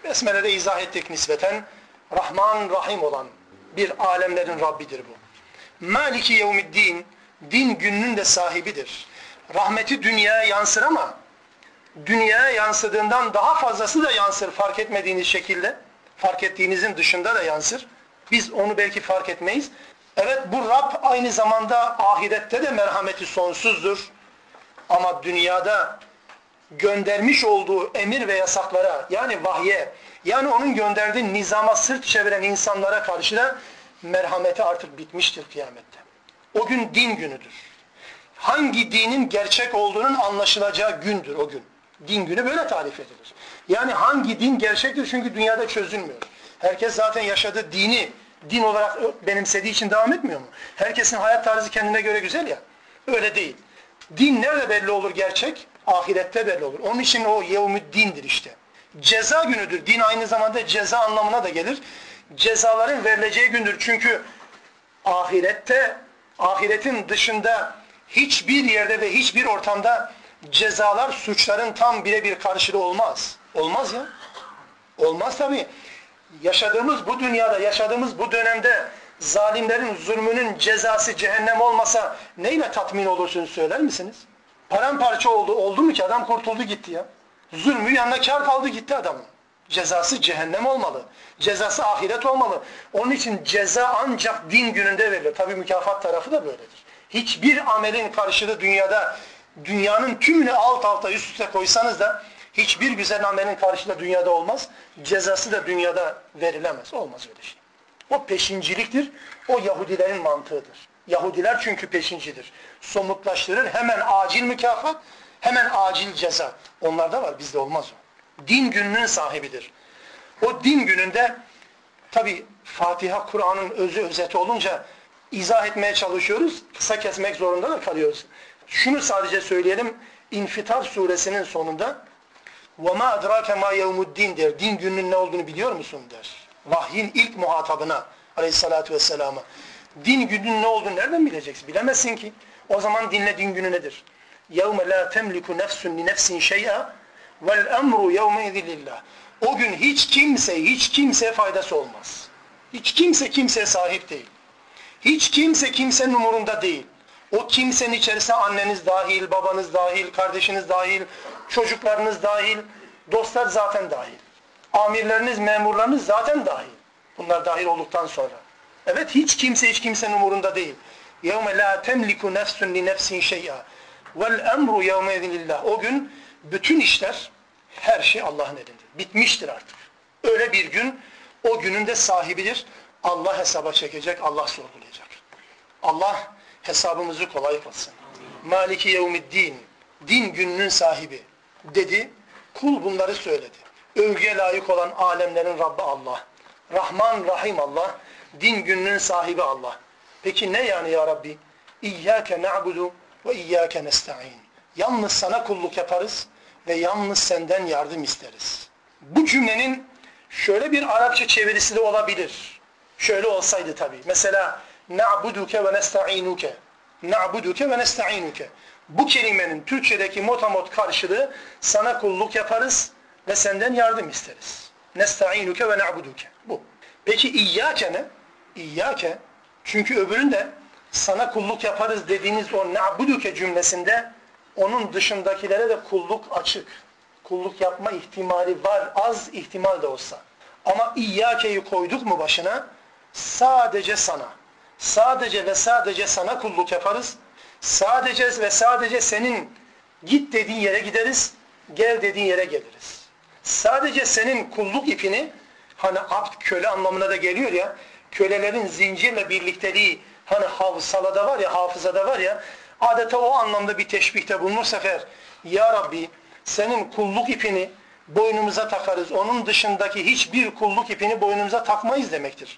Besmele'de izah ettik nispeten. Rahman, Rahim olan bir alemlerin Rabbidir bu. Maliki yevmiddin, din gününün de sahibidir. Rahmeti dünyaya yansır ama dünyaya yansıdığından daha fazlası da yansır fark etmediğiniz şekilde. Fark ettiğinizin dışında da yansır. Biz onu belki fark etmeyiz. Evet, bu Rab aynı zamanda ahirette de merhameti sonsuzdur. Ama dünyada göndermiş olduğu emir ve yasaklara, yani vahye, yani onun gönderdiği nizama sırt çeviren insanlara karşı da merhameti artık bitmiştir kıyamette. O gün din günüdür. Hangi dinin gerçek olduğunun anlaşılacağı gündür o gün. Din günü böyle tarif edilir. Yani hangi din gerçektir? Çünkü dünyada çözülmüyor. Herkes zaten yaşadığı dini din olarak benimsediği için devam etmiyor mu? Herkesin hayat tarzı kendine göre güzel ya. Öyle değil. Din nerede belli olur gerçek? Ahirette belli olur. Onun için o yevmüddindir işte. Ceza günüdür. Din aynı zamanda ceza anlamına da gelir. Cezaların verileceği gündür. Çünkü ahirette, ahiretin dışında hiçbir yerde ve hiçbir ortamda cezalar suçların tam birebir karşılığı olmaz. Olmaz ya. Olmaz tabii. Yaşadığımız bu dünyada, yaşadığımız bu dönemde zalimlerin zulmünün cezası cehennem olmasa neyle tatmin olursunuz söyler misiniz? Paramparça oldu mu ki adam kurtuldu gitti ya. Zulmü yanına kâr kaldı gitti adamın. Cezası cehennem olmalı. Cezası ahiret olmalı. Onun için ceza ancak din gününde verilir. Tabii mükafat tarafı da böyledir. Hiçbir amelin karşılığı dünyada, dünyanın tümünü alt alta üst üste koysanız da hiçbir güzel amelin karşılığı dünyada olmaz. Cezası da dünyada verilemez. Olmaz öyle şey. O peşinciliktir. O Yahudilerin mantığıdır. Yahudiler çünkü peşincidir. Somutlaştırır. Hemen acil mükafat, hemen acil ceza. Onlarda var, bizde olmaz o. Din gününün sahibidir. O din gününde tabi Fatiha Kur'an'ın özü özeti olunca izah etmeye çalışıyoruz. Kısa kesmek zorunda da kalıyoruz. Şunu sadece söyleyelim. İnfitar suresinin sonunda وَمَا أَدْرَاكَ مَا يَوْمُ الدِّينَ der. Din gününün ne olduğunu biliyor musun der. Vahyin ilk muhatabına aleyhissalatü vesselama. Din gününün ne olduğunu nereden bileceksin? Bilemezsin ki. O zaman dinle din günü nedir? يَوْمَ لَا تَمْلِكُ نَفْسٌ لِنَفْسٍ شَيْئًا وَالْأَمْرُ يَوْمَ اِذٍ لِلّٰهِ. O gün hiç kimseye faydası olmaz. Hiç kimse kimseye sahip değil. Hiç kimse kimsenin umurunda değil. O kimsenin içerisinde anneniz dahil, babanız dahil, kardeşiniz dahil, çocuklarınız dahil, dostlar zaten dahil. Amirleriniz, memurlarınız zaten dahil. Bunlar dahil olduktan sonra. Evet, hiç kimsenin umurunda değil. يَوْمَ لَا تَمْلِكُ نَفْسٌ لِنَفْسٍ شَيْئًا وَالْأَمْرُ يَوْمَ اِذٍ لِلّٰهِ. O gün bütün işler, her şey Allah'ın elindedir. Bitmiştir artık. Öyle bir gün, o günün de sahibidir. Allah hesaba çekecek, Allah sorgulayacak. Allah hesabımızı kolay kılsın. Maliki yevmiddin, din gününün sahibi dedi. Kul bunları söyledi. Övgüye layık olan alemlerin Rabbi Allah. Rahman, Rahim Allah. Din gününün sahibi Allah. Peki ne yani ya Rabbi? İyyâke na'budu ve iyyâke nesta'in. Yalnız sana kulluk yaparız ve yalnız senden yardım isteriz. Bu cümlenin şöyle bir Arapça çevirisi de olabilir. Şöyle olsaydı tabii. Mesela na'buduke ve nesta'inuke. Na'buduke ve nesta'inuke. Bu kelimenin Türkçedeki motamot karşılığı sana kulluk yaparız ve senden yardım isteriz. Nesta'inuke ve na'buduke. Bu. Peki iyyâke ne? İyyâke. Çünkü öbüründe sana kulluk yaparız dediğiniz o na'buduke cümlesinde onun dışındakilere de kulluk açık. Kulluk yapma ihtimali var. Az ihtimal de olsa. Ama İyyâke'yi koyduk mu başına? Sadece sana. Sadece ve sadece sana kulluk yaparız. Sadece ve sadece senin git dediğin yere gideriz. Gel dediğin yere geliriz. Sadece senin kulluk ipini, hani abd köle anlamına da geliyor ya, kölelerin zincirle birlikteliği hani hafızada var ya, hafızada var ya, adeta o anlamda bir teşbihte bulunur sefer. Ya Rabbi, senin kulluk ipini boynumuza takarız. Onun dışındaki hiçbir kulluk ipini boynumuza takmayız demektir.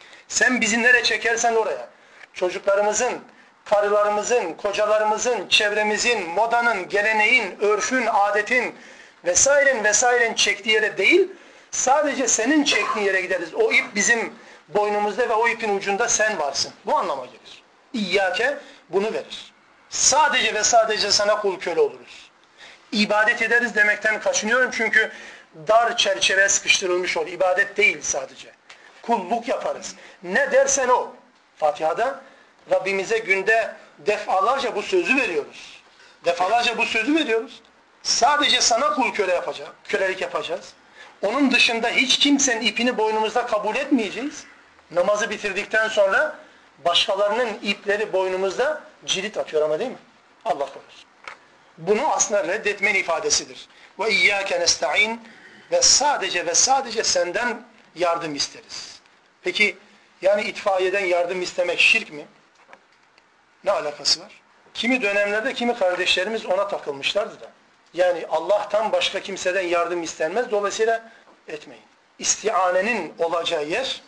Sen bizi nereye çekersen oraya. Çocuklarımızın, karılarımızın, kocalarımızın, çevremizin, modanın, geleneğin, örfün, adetin vesairenin çektiği yere değil, sadece senin çektiğin yere gideriz. O ip bizim boynumuzda ve o ipin ucunda sen varsın. Bu anlama gelir. İyyâke bunu verir. Sadece ve sadece sana kul köle oluruz. İbadet ederiz demekten kaçınıyorum çünkü dar çerçeveye sıkıştırılmış olur. İbadet değil sadece. Kulluk yaparız. Ne dersen o. Fatiha'da Rabbimize günde defalarca bu sözü veriyoruz. Defalarca bu sözü veriyoruz. Sadece sana kul kölelik yapacağız. Onun dışında hiç kimsenin ipini boynumuzda kabul etmeyeceğiz. Namazı bitirdikten sonra başkalarının ipleri boynumuzda cirit atıyor ama değil mi? Allah korusun. Bunu aslında reddetmenin ifadesidir. Ve iyyâke nesta'in ve sadece senden yardım isteriz. Peki yani itfaiyeden yardım istemek şirk mi? Ne alakası var? Kimi dönemlerde kimi kardeşlerimiz ona takılmışlardı da. Yani Allah'tan başka kimseden yardım istenmez. Dolayısıyla etmeyin. İstianenin olacağı yer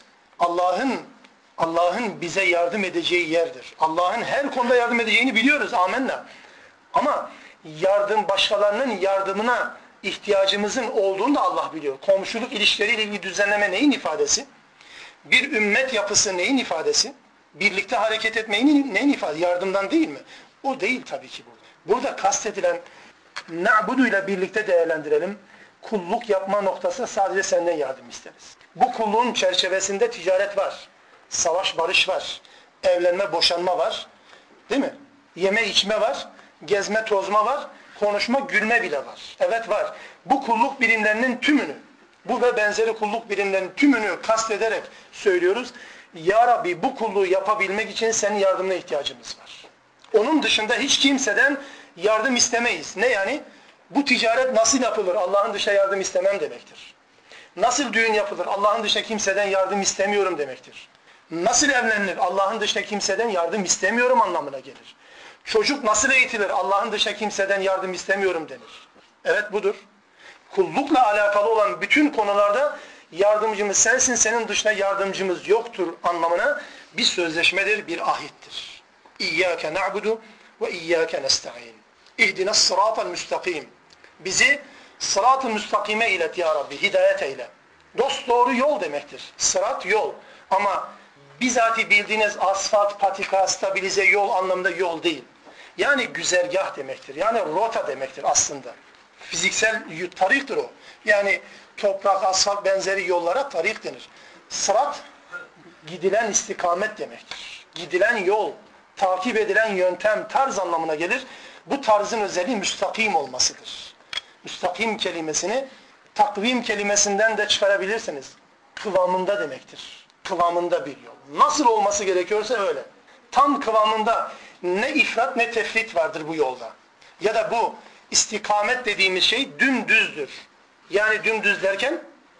Allah'ın bize yardım edeceği yerdir. Allah'ın her konuda yardım edeceğini biliyoruz. Amenna. Ama başkalarının yardımına ihtiyacımızın olduğunu da Allah biliyor. Komşuluk ilişkileriyle ilgili düzenleme neyin ifadesi? Bir ümmet yapısı neyin ifadesi? Birlikte hareket etmeyin neyin ifadesi? Yardımdan değil mi? O değil tabii ki burada. Burada kastedilen na'budu ile birlikte değerlendirelim. Kulluk yapma noktası sadece senden yardım isteriz. Bu kulluğun çerçevesinde ticaret var. Savaş barış var. Evlenme boşanma var. Değil mi? Yeme içme var. Gezme tozma var. Konuşma gülme bile var. Evet var. Bu kulluk birimlerinin tümünü, bu ve benzeri kulluk birimlerinin tümünü kastederek söylüyoruz. Ya Rabbi bu kulluğu yapabilmek için senin yardımına ihtiyacımız var. Onun dışında hiç kimseden yardım istemeyiz. Ne yani? Bu ticaret nasıl yapılır? Allah'ın dışında yardım istemem demektir. Nasıl düğün yapılır? Allah'ın dışında kimseden yardım istemiyorum demektir. Nasıl evlenilir? Allah'ın dışında kimseden yardım istemiyorum anlamına gelir. Çocuk nasıl eğitilir? Allah'ın dışında kimseden yardım istemiyorum denir. Evet budur. Kullukla alakalı olan bütün konularda yardımcımız sensin, senin dışında yardımcımız yoktur anlamına bir sözleşmedir, bir ahittir. İyyâke na'budu ve iyyâke nesta'in. İhdina sıratal müstakim. Bizi sırat-ı müstakime ilet ya Rabbi, hidayet eyle. Dost doğru yol demektir. Sırat yol. Ama bizatihi bildiğiniz asfalt, patika, stabilize yol anlamında yol değil. Yani güzergah demektir. Yani rota demektir aslında. Fiziksel tarihtir o. Yani toprak, asfalt benzeri yollara tarih denir. Sırat gidilen istikamet demektir. Gidilen yol, takip edilen yöntem, tarz anlamına gelir. Bu tarzın özelliği müstakim olmasıdır. Müstakim kelimesini takvim kelimesinden de çıkarabilirsiniz. Kıvamında demektir. Kıvamında bir yol. Nasıl olması gerekiyorsa öyle. Tam kıvamında ne ifrat ne tefrit vardır bu yolda. Ya da bu istikamet dediğimiz şey dümdüzdür. Yani dümdüz derken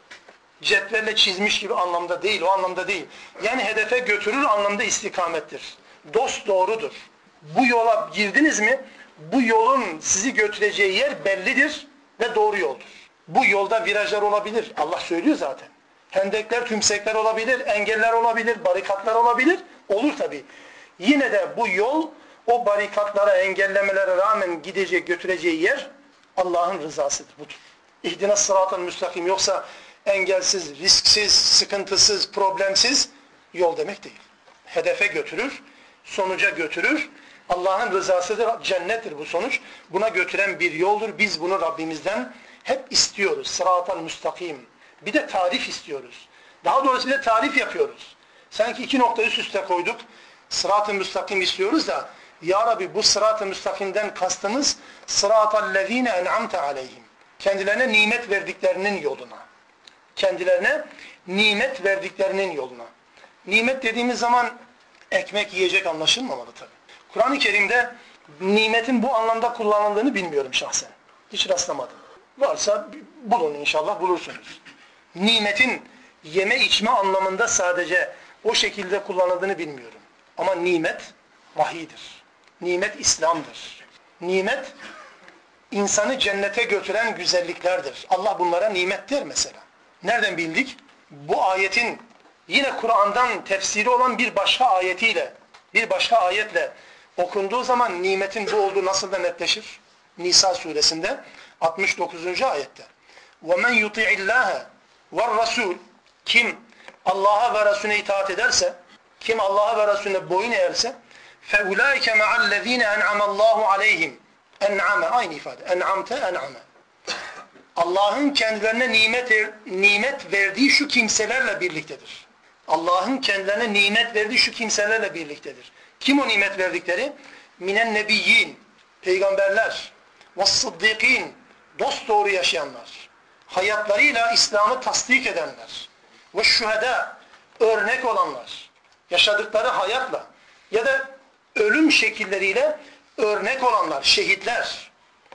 cetvelle çizmiş gibi anlamda değil, o anlamda değil. Yani hedefe götürür anlamda istikamettir. Dost doğrudur. Bu yola girdiniz mi, bu yolun sizi götüreceği yer bellidir ve doğru yoldur. Bu yolda virajlar olabilir. Allah söylüyor zaten. Hendekler, tümsekler olabilir, engeller olabilir, barikatlar olabilir. Olur tabii. Yine de bu yol o barikatlara, engellemelere rağmen götüreceği yer Allah'ın rızasıdır. Budur. İhdina sıratal müstakim. Yoksa engelsiz, risksiz, sıkıntısız, problemsiz yol demek değil. Hedefe götürür, sonuca götürür. Allah'ın rızasıdır, cennettir bu sonuç. Buna götüren bir yoldur. Biz bunu Rabbimizden hep istiyoruz. Sıratal müstakim. Bir de tarif istiyoruz. Daha doğrusu bir de tarif yapıyoruz. Sanki iki nokta üst üste koyduk. Sırat-ı müstakim istiyoruz da Ya Rabbi bu sırat-ı müstakimden kastımız sıratallezine en'amte aleyhim. Kendilerine nimet verdiklerinin yoluna. Kendilerine nimet verdiklerinin yoluna. Nimet dediğimiz zaman ekmek, yiyecek anlaşılmamalı tabii. Kur'an-ı Kerim'de nimetin bu anlamda kullanıldığını bilmiyorum şahsen. Hiç rastlamadım. Varsa bulun inşallah bulursunuz. Nimetin yeme içme anlamında sadece o şekilde kullanıldığını bilmiyorum. Ama nimet vahiydir. Nimet İslam'dır. Nimet insanı cennete götüren güzelliklerdir. Allah bunlara nimet der mesela. Nereden bildik? Bu ayetin yine Kur'an'dan tefsiri olan bir başka ayetle okunduğu zaman nimetin bu olduğu nasıl da netleşir? Nisa suresinde 69. ayette. وَمَنْ يُطِعِ اللّٰهَ وَالرَّسُولِ Kim Allah'a ve Resulüne itaat ederse, kim Allah'a ve Resulüne boyun eğerse فَاُولَٰئِكَ مَعَ الَّذ۪ينَ اَنْعَمَ اللّٰهُ عَلَيْهِمْ En'ame aynı ifade. En'amte en'ame. Allah'ın kendilerine nimet verdiği şu kimselerle birliktedir. Allah'ın kendilerine nimet verdiği şu kimselerle birliktedir. Kim o nimet verdikleri? Minen nebiyyin, peygamberler, ve sıddıkîn, dosdoğru yaşayanlar, hayatlarıyla İslam'ı tasdik edenler, ve şühedâ, örnek olanlar, yaşadıkları hayatla ya da ölüm şekilleriyle örnek olanlar, şehitler,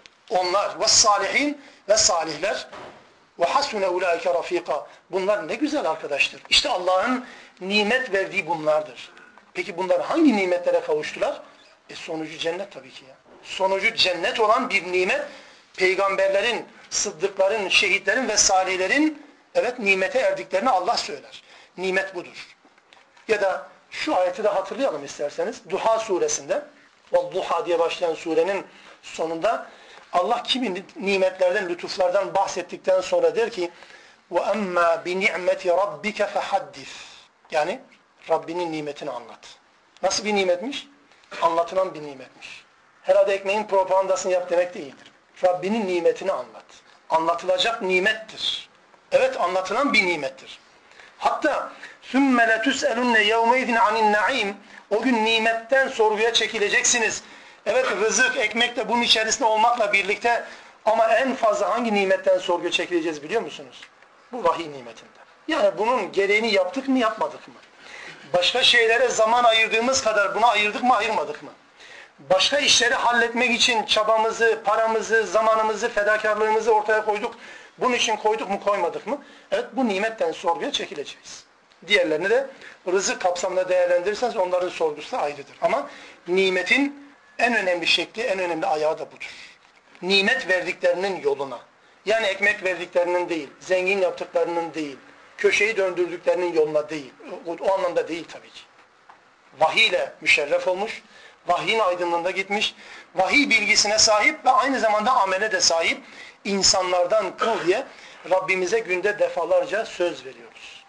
onlar, ve salihin ve salihler, ve hasune ulaike rafika. Bunlar ne güzel arkadaştır. İşte Allah'ın nimet verdiği bunlardır. Peki bunlar hangi nimetlere kavuştular? Sonucu cennet tabii ki ya. Sonucu cennet olan bir nimet, peygamberlerin, sıddıkların, şehitlerin ve salihlerin nimete erdiklerini Allah söyler. Nimet budur. Ya da şu ayeti de hatırlayalım isterseniz. Duha suresinde, Duha diye başlayan surenin sonunda Allah kimi nimetlerden, lütuflardan bahsettikten sonra der ki وَأَمَّا بِنِعْمَةِ رَبِّكَ فَحَدِّثْ. Yani Rabbinin nimetini anlat. Nasıl bir nimetmiş? Anlatılan bir nimetmiş. Herhalde ekmeğin propagandasını yap demek değildir. Rabbinin nimetini anlat. Anlatılacak nimettir. Evet, anlatılan bir nimettir. Hatta ثُمَّ لَتُسْأَلُنَّ يَوْمَيْذٍ عَنِ النَّعِيمِ. O gün nimetten sorguya çekileceksiniz. Evet, rızık, ekmek de bunun içerisinde olmakla birlikte ama en fazla hangi nimetten sorguya çekileceğiz biliyor musunuz? Bu vahiy nimetinden. Yani bunun gereğini yaptık mı, yapmadık mı? Başka şeylere zaman ayırdığımız kadar buna ayırdık mı, ayırmadık mı? Başka işleri halletmek için çabamızı, paramızı, zamanımızı, fedakarlığımızı ortaya koyduk. Bunun için koyduk mu, koymadık mı? Evet, bu nimetten sorguya çekileceğiz. Diğerlerini de rızık kapsamında değerlendirirseniz onların sorgusu da ayrıdır. Ama nimetin en önemli şekli, en önemli ayağı da budur. Nimet verdiklerinin yoluna. Yani ekmek verdiklerinin değil, zengin yaptıklarının değil, köşeyi döndürdüklerinin yoluna değil. O anlamda değil tabii ki. Vahiy ile müşerref olmuş, vahyin aydınlığında gitmiş, vahiy bilgisine sahip ve aynı zamanda amele de sahip insanlardan kul diye Rabbimize günde defalarca söz veriyoruz.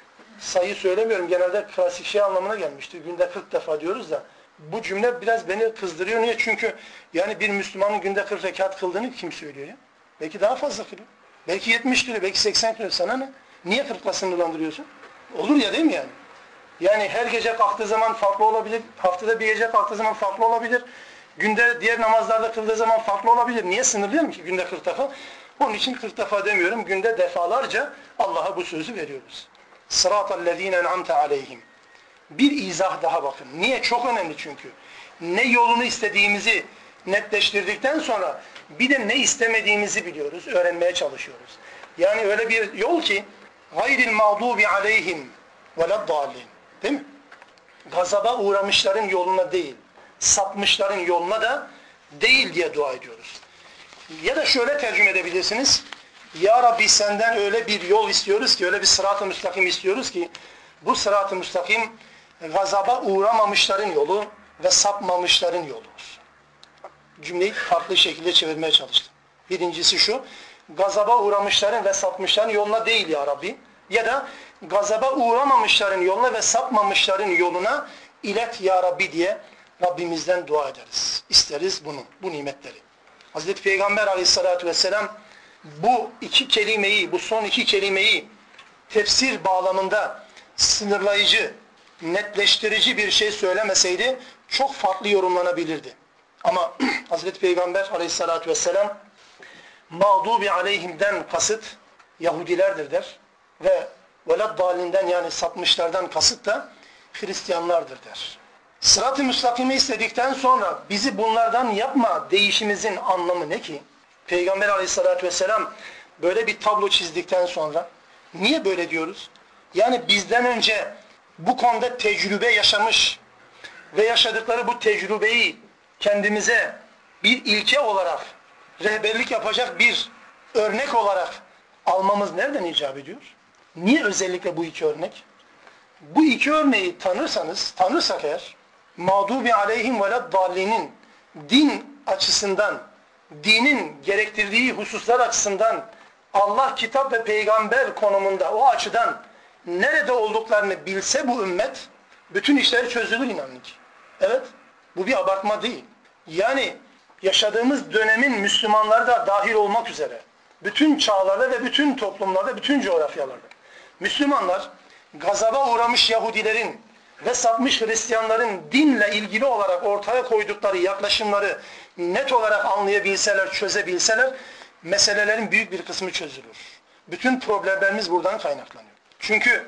Sayı söylemiyorum, genelde klasik şey anlamına gelmiştir. Günde 40 defa diyoruz da bu cümle biraz beni kızdırıyor. Niye? Çünkü yani bir Müslümanın günde 40 rekat kıldığını kim söylüyor ya? Belki daha fazla kılıyor. Belki 70 kılıyor, belki 80 kılıyor. Sana ne? Niye 40'la sınırlandırıyorsun? Olur ya, değil mi yani? Yani her gece kalktığı zaman farklı olabilir. Haftada bir gece kalktığı zaman farklı olabilir. Günde diğer namazlarda kıldığı zaman farklı olabilir. Niye sınırlayalım ki günde 40 defa? Onun için 40 defa demiyorum. Günde defalarca Allah'a bu sözü veriyoruz. Sıratallezîne en'amte aleyhim. Bir izah daha bakın. Niye? Çok önemli çünkü. Ne yolunu istediğimizi netleştirdikten sonra bir de ne istemediğimizi biliyoruz, öğrenmeye çalışıyoruz. Yani öyle bir yol ki gayril mağdubi aleyhim veleddallin. Değil mi? Gazaba uğramışların yoluna değil, sapmışların yoluna da değil diye dua ediyoruz. Ya da şöyle tercüme edebilirsiniz. Ya Rabbi, senden öyle bir yol istiyoruz ki, öyle bir sırat-ı müstakim istiyoruz ki bu sırat-ı müstakim gazaba uğramamışların yolu ve sapmamışların yolu olsun. Cümleyi farklı şekilde çevirmeye çalıştım. Birincisi şu, gazaba uğramışların ve sapmışların yoluna değil ya Rabbi. Ya da gazaba uğramamışların yoluna ve sapmamışların yoluna ilet ya Rabbi diye Rabbimizden dua ederiz. İsteriz bunu, bu nimetleri. Hazreti Peygamber aleyhissalatü vesselam bu iki kelimeyi, bu son iki kelimeyi tefsir bağlamında sınırlayıcı, netleştirici bir şey söylemeseydi çok farklı yorumlanabilirdi. Ama Hazreti Peygamber aleyhissalatü vesselam mağdubi aleyhimden kasıt Yahudilerdir der ve veleddalinden yani sapmışlardan kasıt da Hristiyanlardır der. Sırat-ı müstakimi istedikten sonra bizi bunlardan yapma deyişimizin anlamı ne ki? Peygamber aleyhissalatü vesselam böyle bir tablo çizdikten sonra niye böyle diyoruz? Yani bizden önce bu konuda tecrübe yaşamış ve yaşadıkları bu tecrübeyi kendimize bir ilke olarak, rehberlik yapacak bir örnek olarak almamız nereden icap ediyor? Niye özellikle bu iki örnek? Bu iki örneği tanırsak eğer, mağdubi aleyhim veleddallinin din açısından, dinin gerektirdiği hususlar açısından, Allah, kitap ve peygamber konumunda o açıdan nerede olduklarını bilse bu ümmet, bütün işleri çözülür inanın ki. Evet, bu bir abartma değil. Yani yaşadığımız dönemin Müslümanları da dahil olmak üzere, bütün çağlarda ve bütün toplumlarda, bütün coğrafyalarda Müslümanlar gazaba uğramış Yahudilerin ve sapmış Hristiyanların dinle ilgili olarak ortaya koydukları yaklaşımları net olarak anlayabilseler, çözebilseler meselelerin büyük bir kısmı çözülür. Bütün problemlerimiz buradan kaynaklanıyor. Çünkü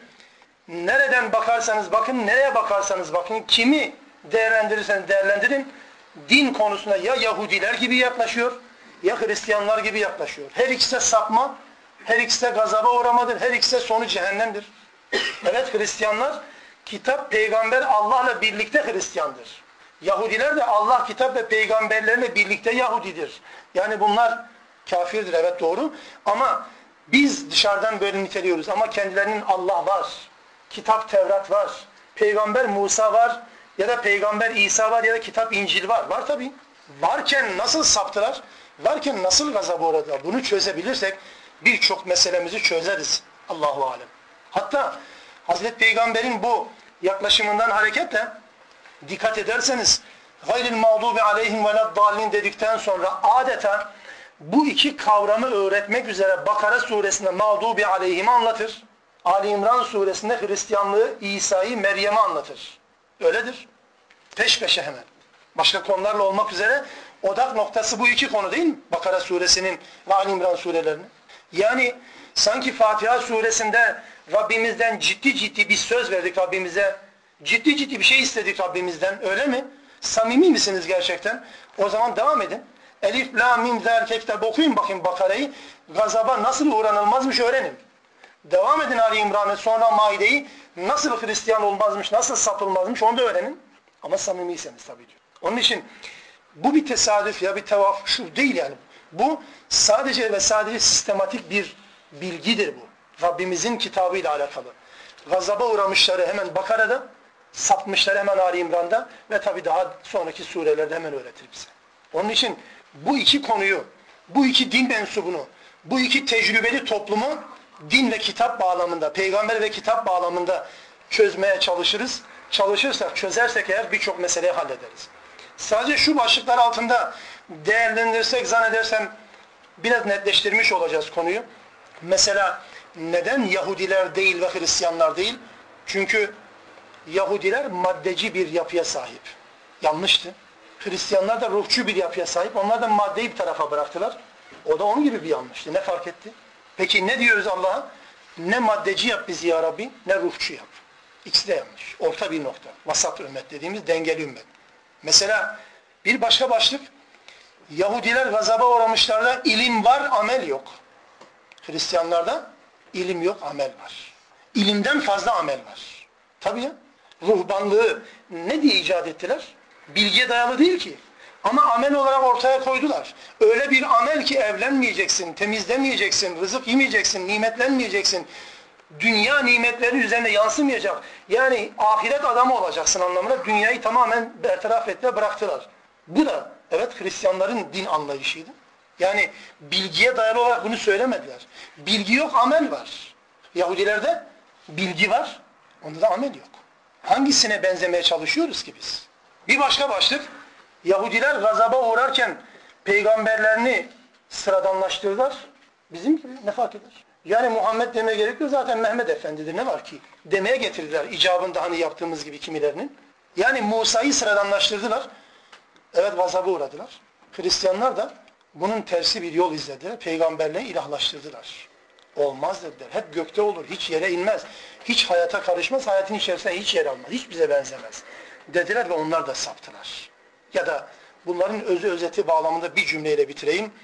nereden bakarsanız bakın, nereye bakarsanız bakın, kimi değerlendirirseniz değerlendirin, din konusunda ya Yahudiler gibi yaklaşıyor ya Hristiyanlar gibi yaklaşıyor. Her ikisi de sapma, her ikisi de gazaba uğramadır, her ikisi de sonu cehennemdir. Evet, Hristiyanlar kitap, peygamber, Allah'la birlikte Hristiyandır. Yahudiler de Allah, kitap ve peygamberlerle birlikte Yahudidir. Yani bunlar kafirdir, evet doğru. Ama biz dışarıdan böyle niteliyoruz. Ama kendilerinin Allah var, kitap Tevrat var, peygamber Musa var ya da peygamber İsa var ya da kitap İncil var. Var tabii. Varken nasıl saptılar? Varken nasıl gazaba uğradılar? Bunu çözebilirsek birçok meselemizi çözeriz. Allahu alem. Hatta Hazreti Peygamber'in bu yaklaşımından hareketle dikkat ederseniz gayril mağdubi aleyhim veleddallin dedikten sonra adeta bu iki kavramı öğretmek üzere Bakara suresinde mağdubi aleyhimi anlatır. Ali İmran suresinde Hristiyanlığı, İsa'yı, Meryem'i anlatır. Öyledir. Peş peşe hemen. Başka konularla olmak üzere odak noktası bu iki konu değil mi? Bakara suresinin ve Ali İmran surelerinin. Yani sanki Fatiha suresinde Rabbimizden ciddi bir söz verdik Rabbimize. Ciddi bir şey istedik Rabbimizden. Öyle mi? Samimi misiniz gerçekten? O zaman devam edin. Elif, la, mim, zerke kitabı okuyun bakayım Bakara'yı. Gazaba nasıl uğranılmazmış öğrenin. Devam edin Ali İmran'ı, sonra Maide'yi. Nasıl Hristiyan olmazmış, nasıl sapılmazmış onu da öğrenin. Ama samimiyseniz tabii diyor. Onun için bu bir tesadüf ya bir tevaf şu değil yani. Bu sadece ve sadece sistematik bir bilgidir bu. Rabbimizin kitabıyla alakalı. Gazaba uğramışları hemen Bakara'da, sapmışları hemen Ali İmran'da ve tabii daha sonraki surelerde hemen öğretir bize. Onun için bu iki konuyu, bu iki din mensubunu, bu iki tecrübeli toplumu din ve kitap bağlamında, peygamber ve kitap bağlamında çözmeye çalışırız. Çalışırsak, çözersek eğer birçok meseleyi hallederiz. Sadece şu başlıklar altında değerlendirirsek zannedersem biraz netleştirmiş olacağız konuyu. Mesela neden Yahudiler değil ve Hristiyanlar değil? Çünkü Yahudiler maddeci bir yapıya sahip. Yanlıştı. Hristiyanlar da ruhçu bir yapıya sahip. Onlar da maddeyi bir tarafa bıraktılar. O da onun gibi bir yanlıştı. Ne fark etti? Peki ne diyoruz Allah'a? Ne maddeci yap bizi ya Rabbi, ne ruhçu yap. İkisi de yanlış. Orta bir nokta. Vasat ümmet dediğimiz dengeli ümmet. Mesela bir başka başlık, Yahudiler gazaba uğramışlarda ilim var, amel yok. Hristiyanlarda ilim yok, amel var. İlimden fazla amel var. Tabii ya. Ruhbanlığı ne diye icat ettiler? Bilgiye dayalı değil ki. Ama amel olarak ortaya koydular. Öyle bir amel ki evlenmeyeceksin, temizlemeyeceksin, rızık yemeyeceksin, nimetlenmeyeceksin. Dünya nimetleri üzerine yansımayacak. Yani ahiret adamı olacaksın anlamına dünyayı tamamen bertaraf ettiler, bıraktılar. Bu da evet Hristiyanların din anlayışıydı. Yani bilgiye dayalı olarak bunu söylemediler. Bilgi yok, amel var. Yahudilerde bilgi var, onda da amel yok. Hangisine benzemeye çalışıyoruz ki biz? Bir başka başlık, Yahudiler gazaba uğrarken peygamberlerini sıradanlaştırdılar. Bizim gibi ne fark eder? Yani Muhammed demeye gerek yok, zaten Mehmet Efendi'dir, ne var ki? Demeye getirdiler icabında hani yaptığımız gibi kimilerinin. Yani Musa'yı sıradanlaştırdılar. Evet, gazaba uğradılar. Hristiyanlar da bunun tersi bir yol izlediler. Peygamberliği ilahlaştırdılar. Olmaz dediler. Hep gökte olur. Hiç yere inmez. Hiç hayata karışmaz. Hayatın içerisinde hiç yer almaz. Hiç bize benzemez. Dediler ve onlar da saptılar. Ya da bunların özeti bağlamında bir cümleyle bitireyim.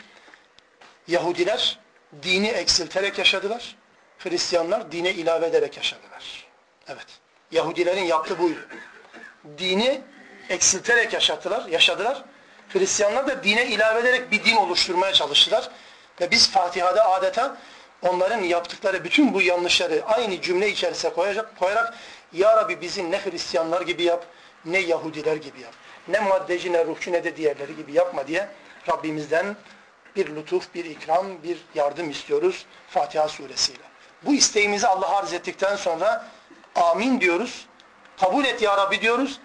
Yahudiler dini eksilterek yaşadılar. Hristiyanlar dine ilave ederek yaşadılar. Evet. Yahudilerin yaptığı buydu. Dini eksilterek yaşadılar. Hristiyanlar da dine ilave ederek bir din oluşturmaya çalıştılar. Ve biz Fatiha'da adeta onların yaptıkları bütün bu yanlışları aynı cümle içerisine koyarak Ya Rabbi bizi ne Hristiyanlar gibi yap, ne Yahudiler gibi yap. Ne maddeci, ne ruhçu, ne de diğerleri gibi yapma diye Rabbimizden bir lütuf, bir ikram, bir yardım istiyoruz Fatiha suresiyle. Bu isteğimizi Allah'a arz ettikten sonra amin diyoruz. Kabul et ya Rabbi diyoruz.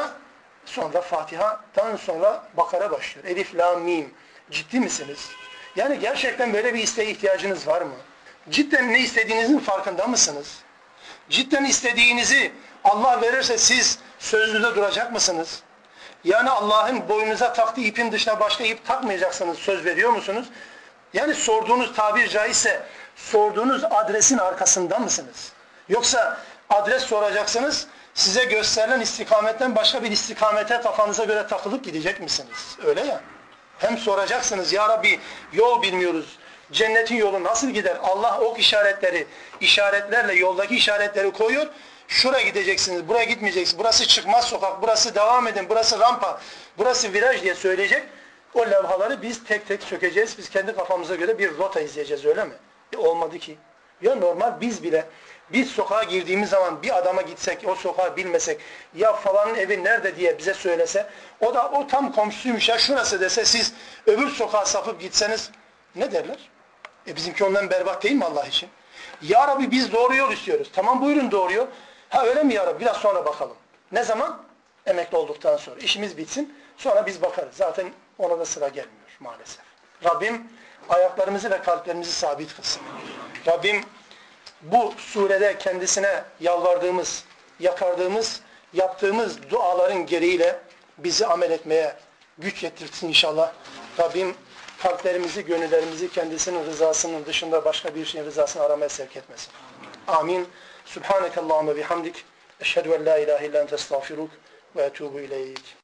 Sonra Fatiha'dan sonra Bakara başlıyor. Elif, la, mim. Ciddi misiniz? Yani gerçekten böyle bir isteğe ihtiyacınız var mı? Cidden ne istediğinizin farkında mısınız? Cidden istediğinizi Allah verirse siz sözünüzde duracak mısınız? Yani Allah'ın boynunuza taktığı ipin dışına başka ip takmayacaksınız, söz veriyor musunuz? Yani sorduğunuz, tabir caizse sorduğunuz adresin arkasında mısınız? Yoksa adres soracaksınız, size gösterilen istikametten başka bir istikamete kafanıza göre takılıp gidecek misiniz? Öyle ya. Hem soracaksınız, ya Rabbi yol bilmiyoruz. Cennetin yolu nasıl gider? Allah ok işaretleri, işaretlerle yoldaki işaretleri koyuyor. Şuraya gideceksiniz, buraya gitmeyeceksiniz. Burası çıkmaz sokak, burası devam edin, burası rampa, burası viraj diye söyleyecek. O levhaları biz tek tek sökeceğiz. Biz kendi kafamıza göre bir rota izleyeceğiz, öyle mi? Olmadı ki. Ya normal biz bile biz sokağa girdiğimiz zaman bir adama gitsek, o sokağı bilmesek, ya falanın evi nerede diye bize söylese, o da o tam komşusuymuş ya şurası dese, siz öbür sokağa sapıp gitseniz ne derler? Bizimki ondan berbat değil mi Allah için? Ya Rabbi biz doğru yol istiyoruz. Tamam buyurun doğru yol. Ha öyle mi ya Rabbi? Biraz sonra bakalım. Ne zaman? Emekli olduktan sonra. İşimiz bitsin. Sonra biz bakarız. Zaten ona da sıra gelmiyor maalesef. Rabbim ayaklarımızı ve kalplerimizi sabit kılsın. Rabbim bu surede kendisine yalvardığımız, yakardığımız, yaptığımız duaların gereğiyle bizi amel etmeye güç yetirsin inşallah. Rabbim kalplerimizi, gönüllerimizi kendisinin rızasının dışında başka bir şeyin rızasını aramaya sevk etmesin. Amin. Subhanekallahumma bihamdik. Eşhedü en la ilahe illa ente estağfiruk ve etubu ileyk.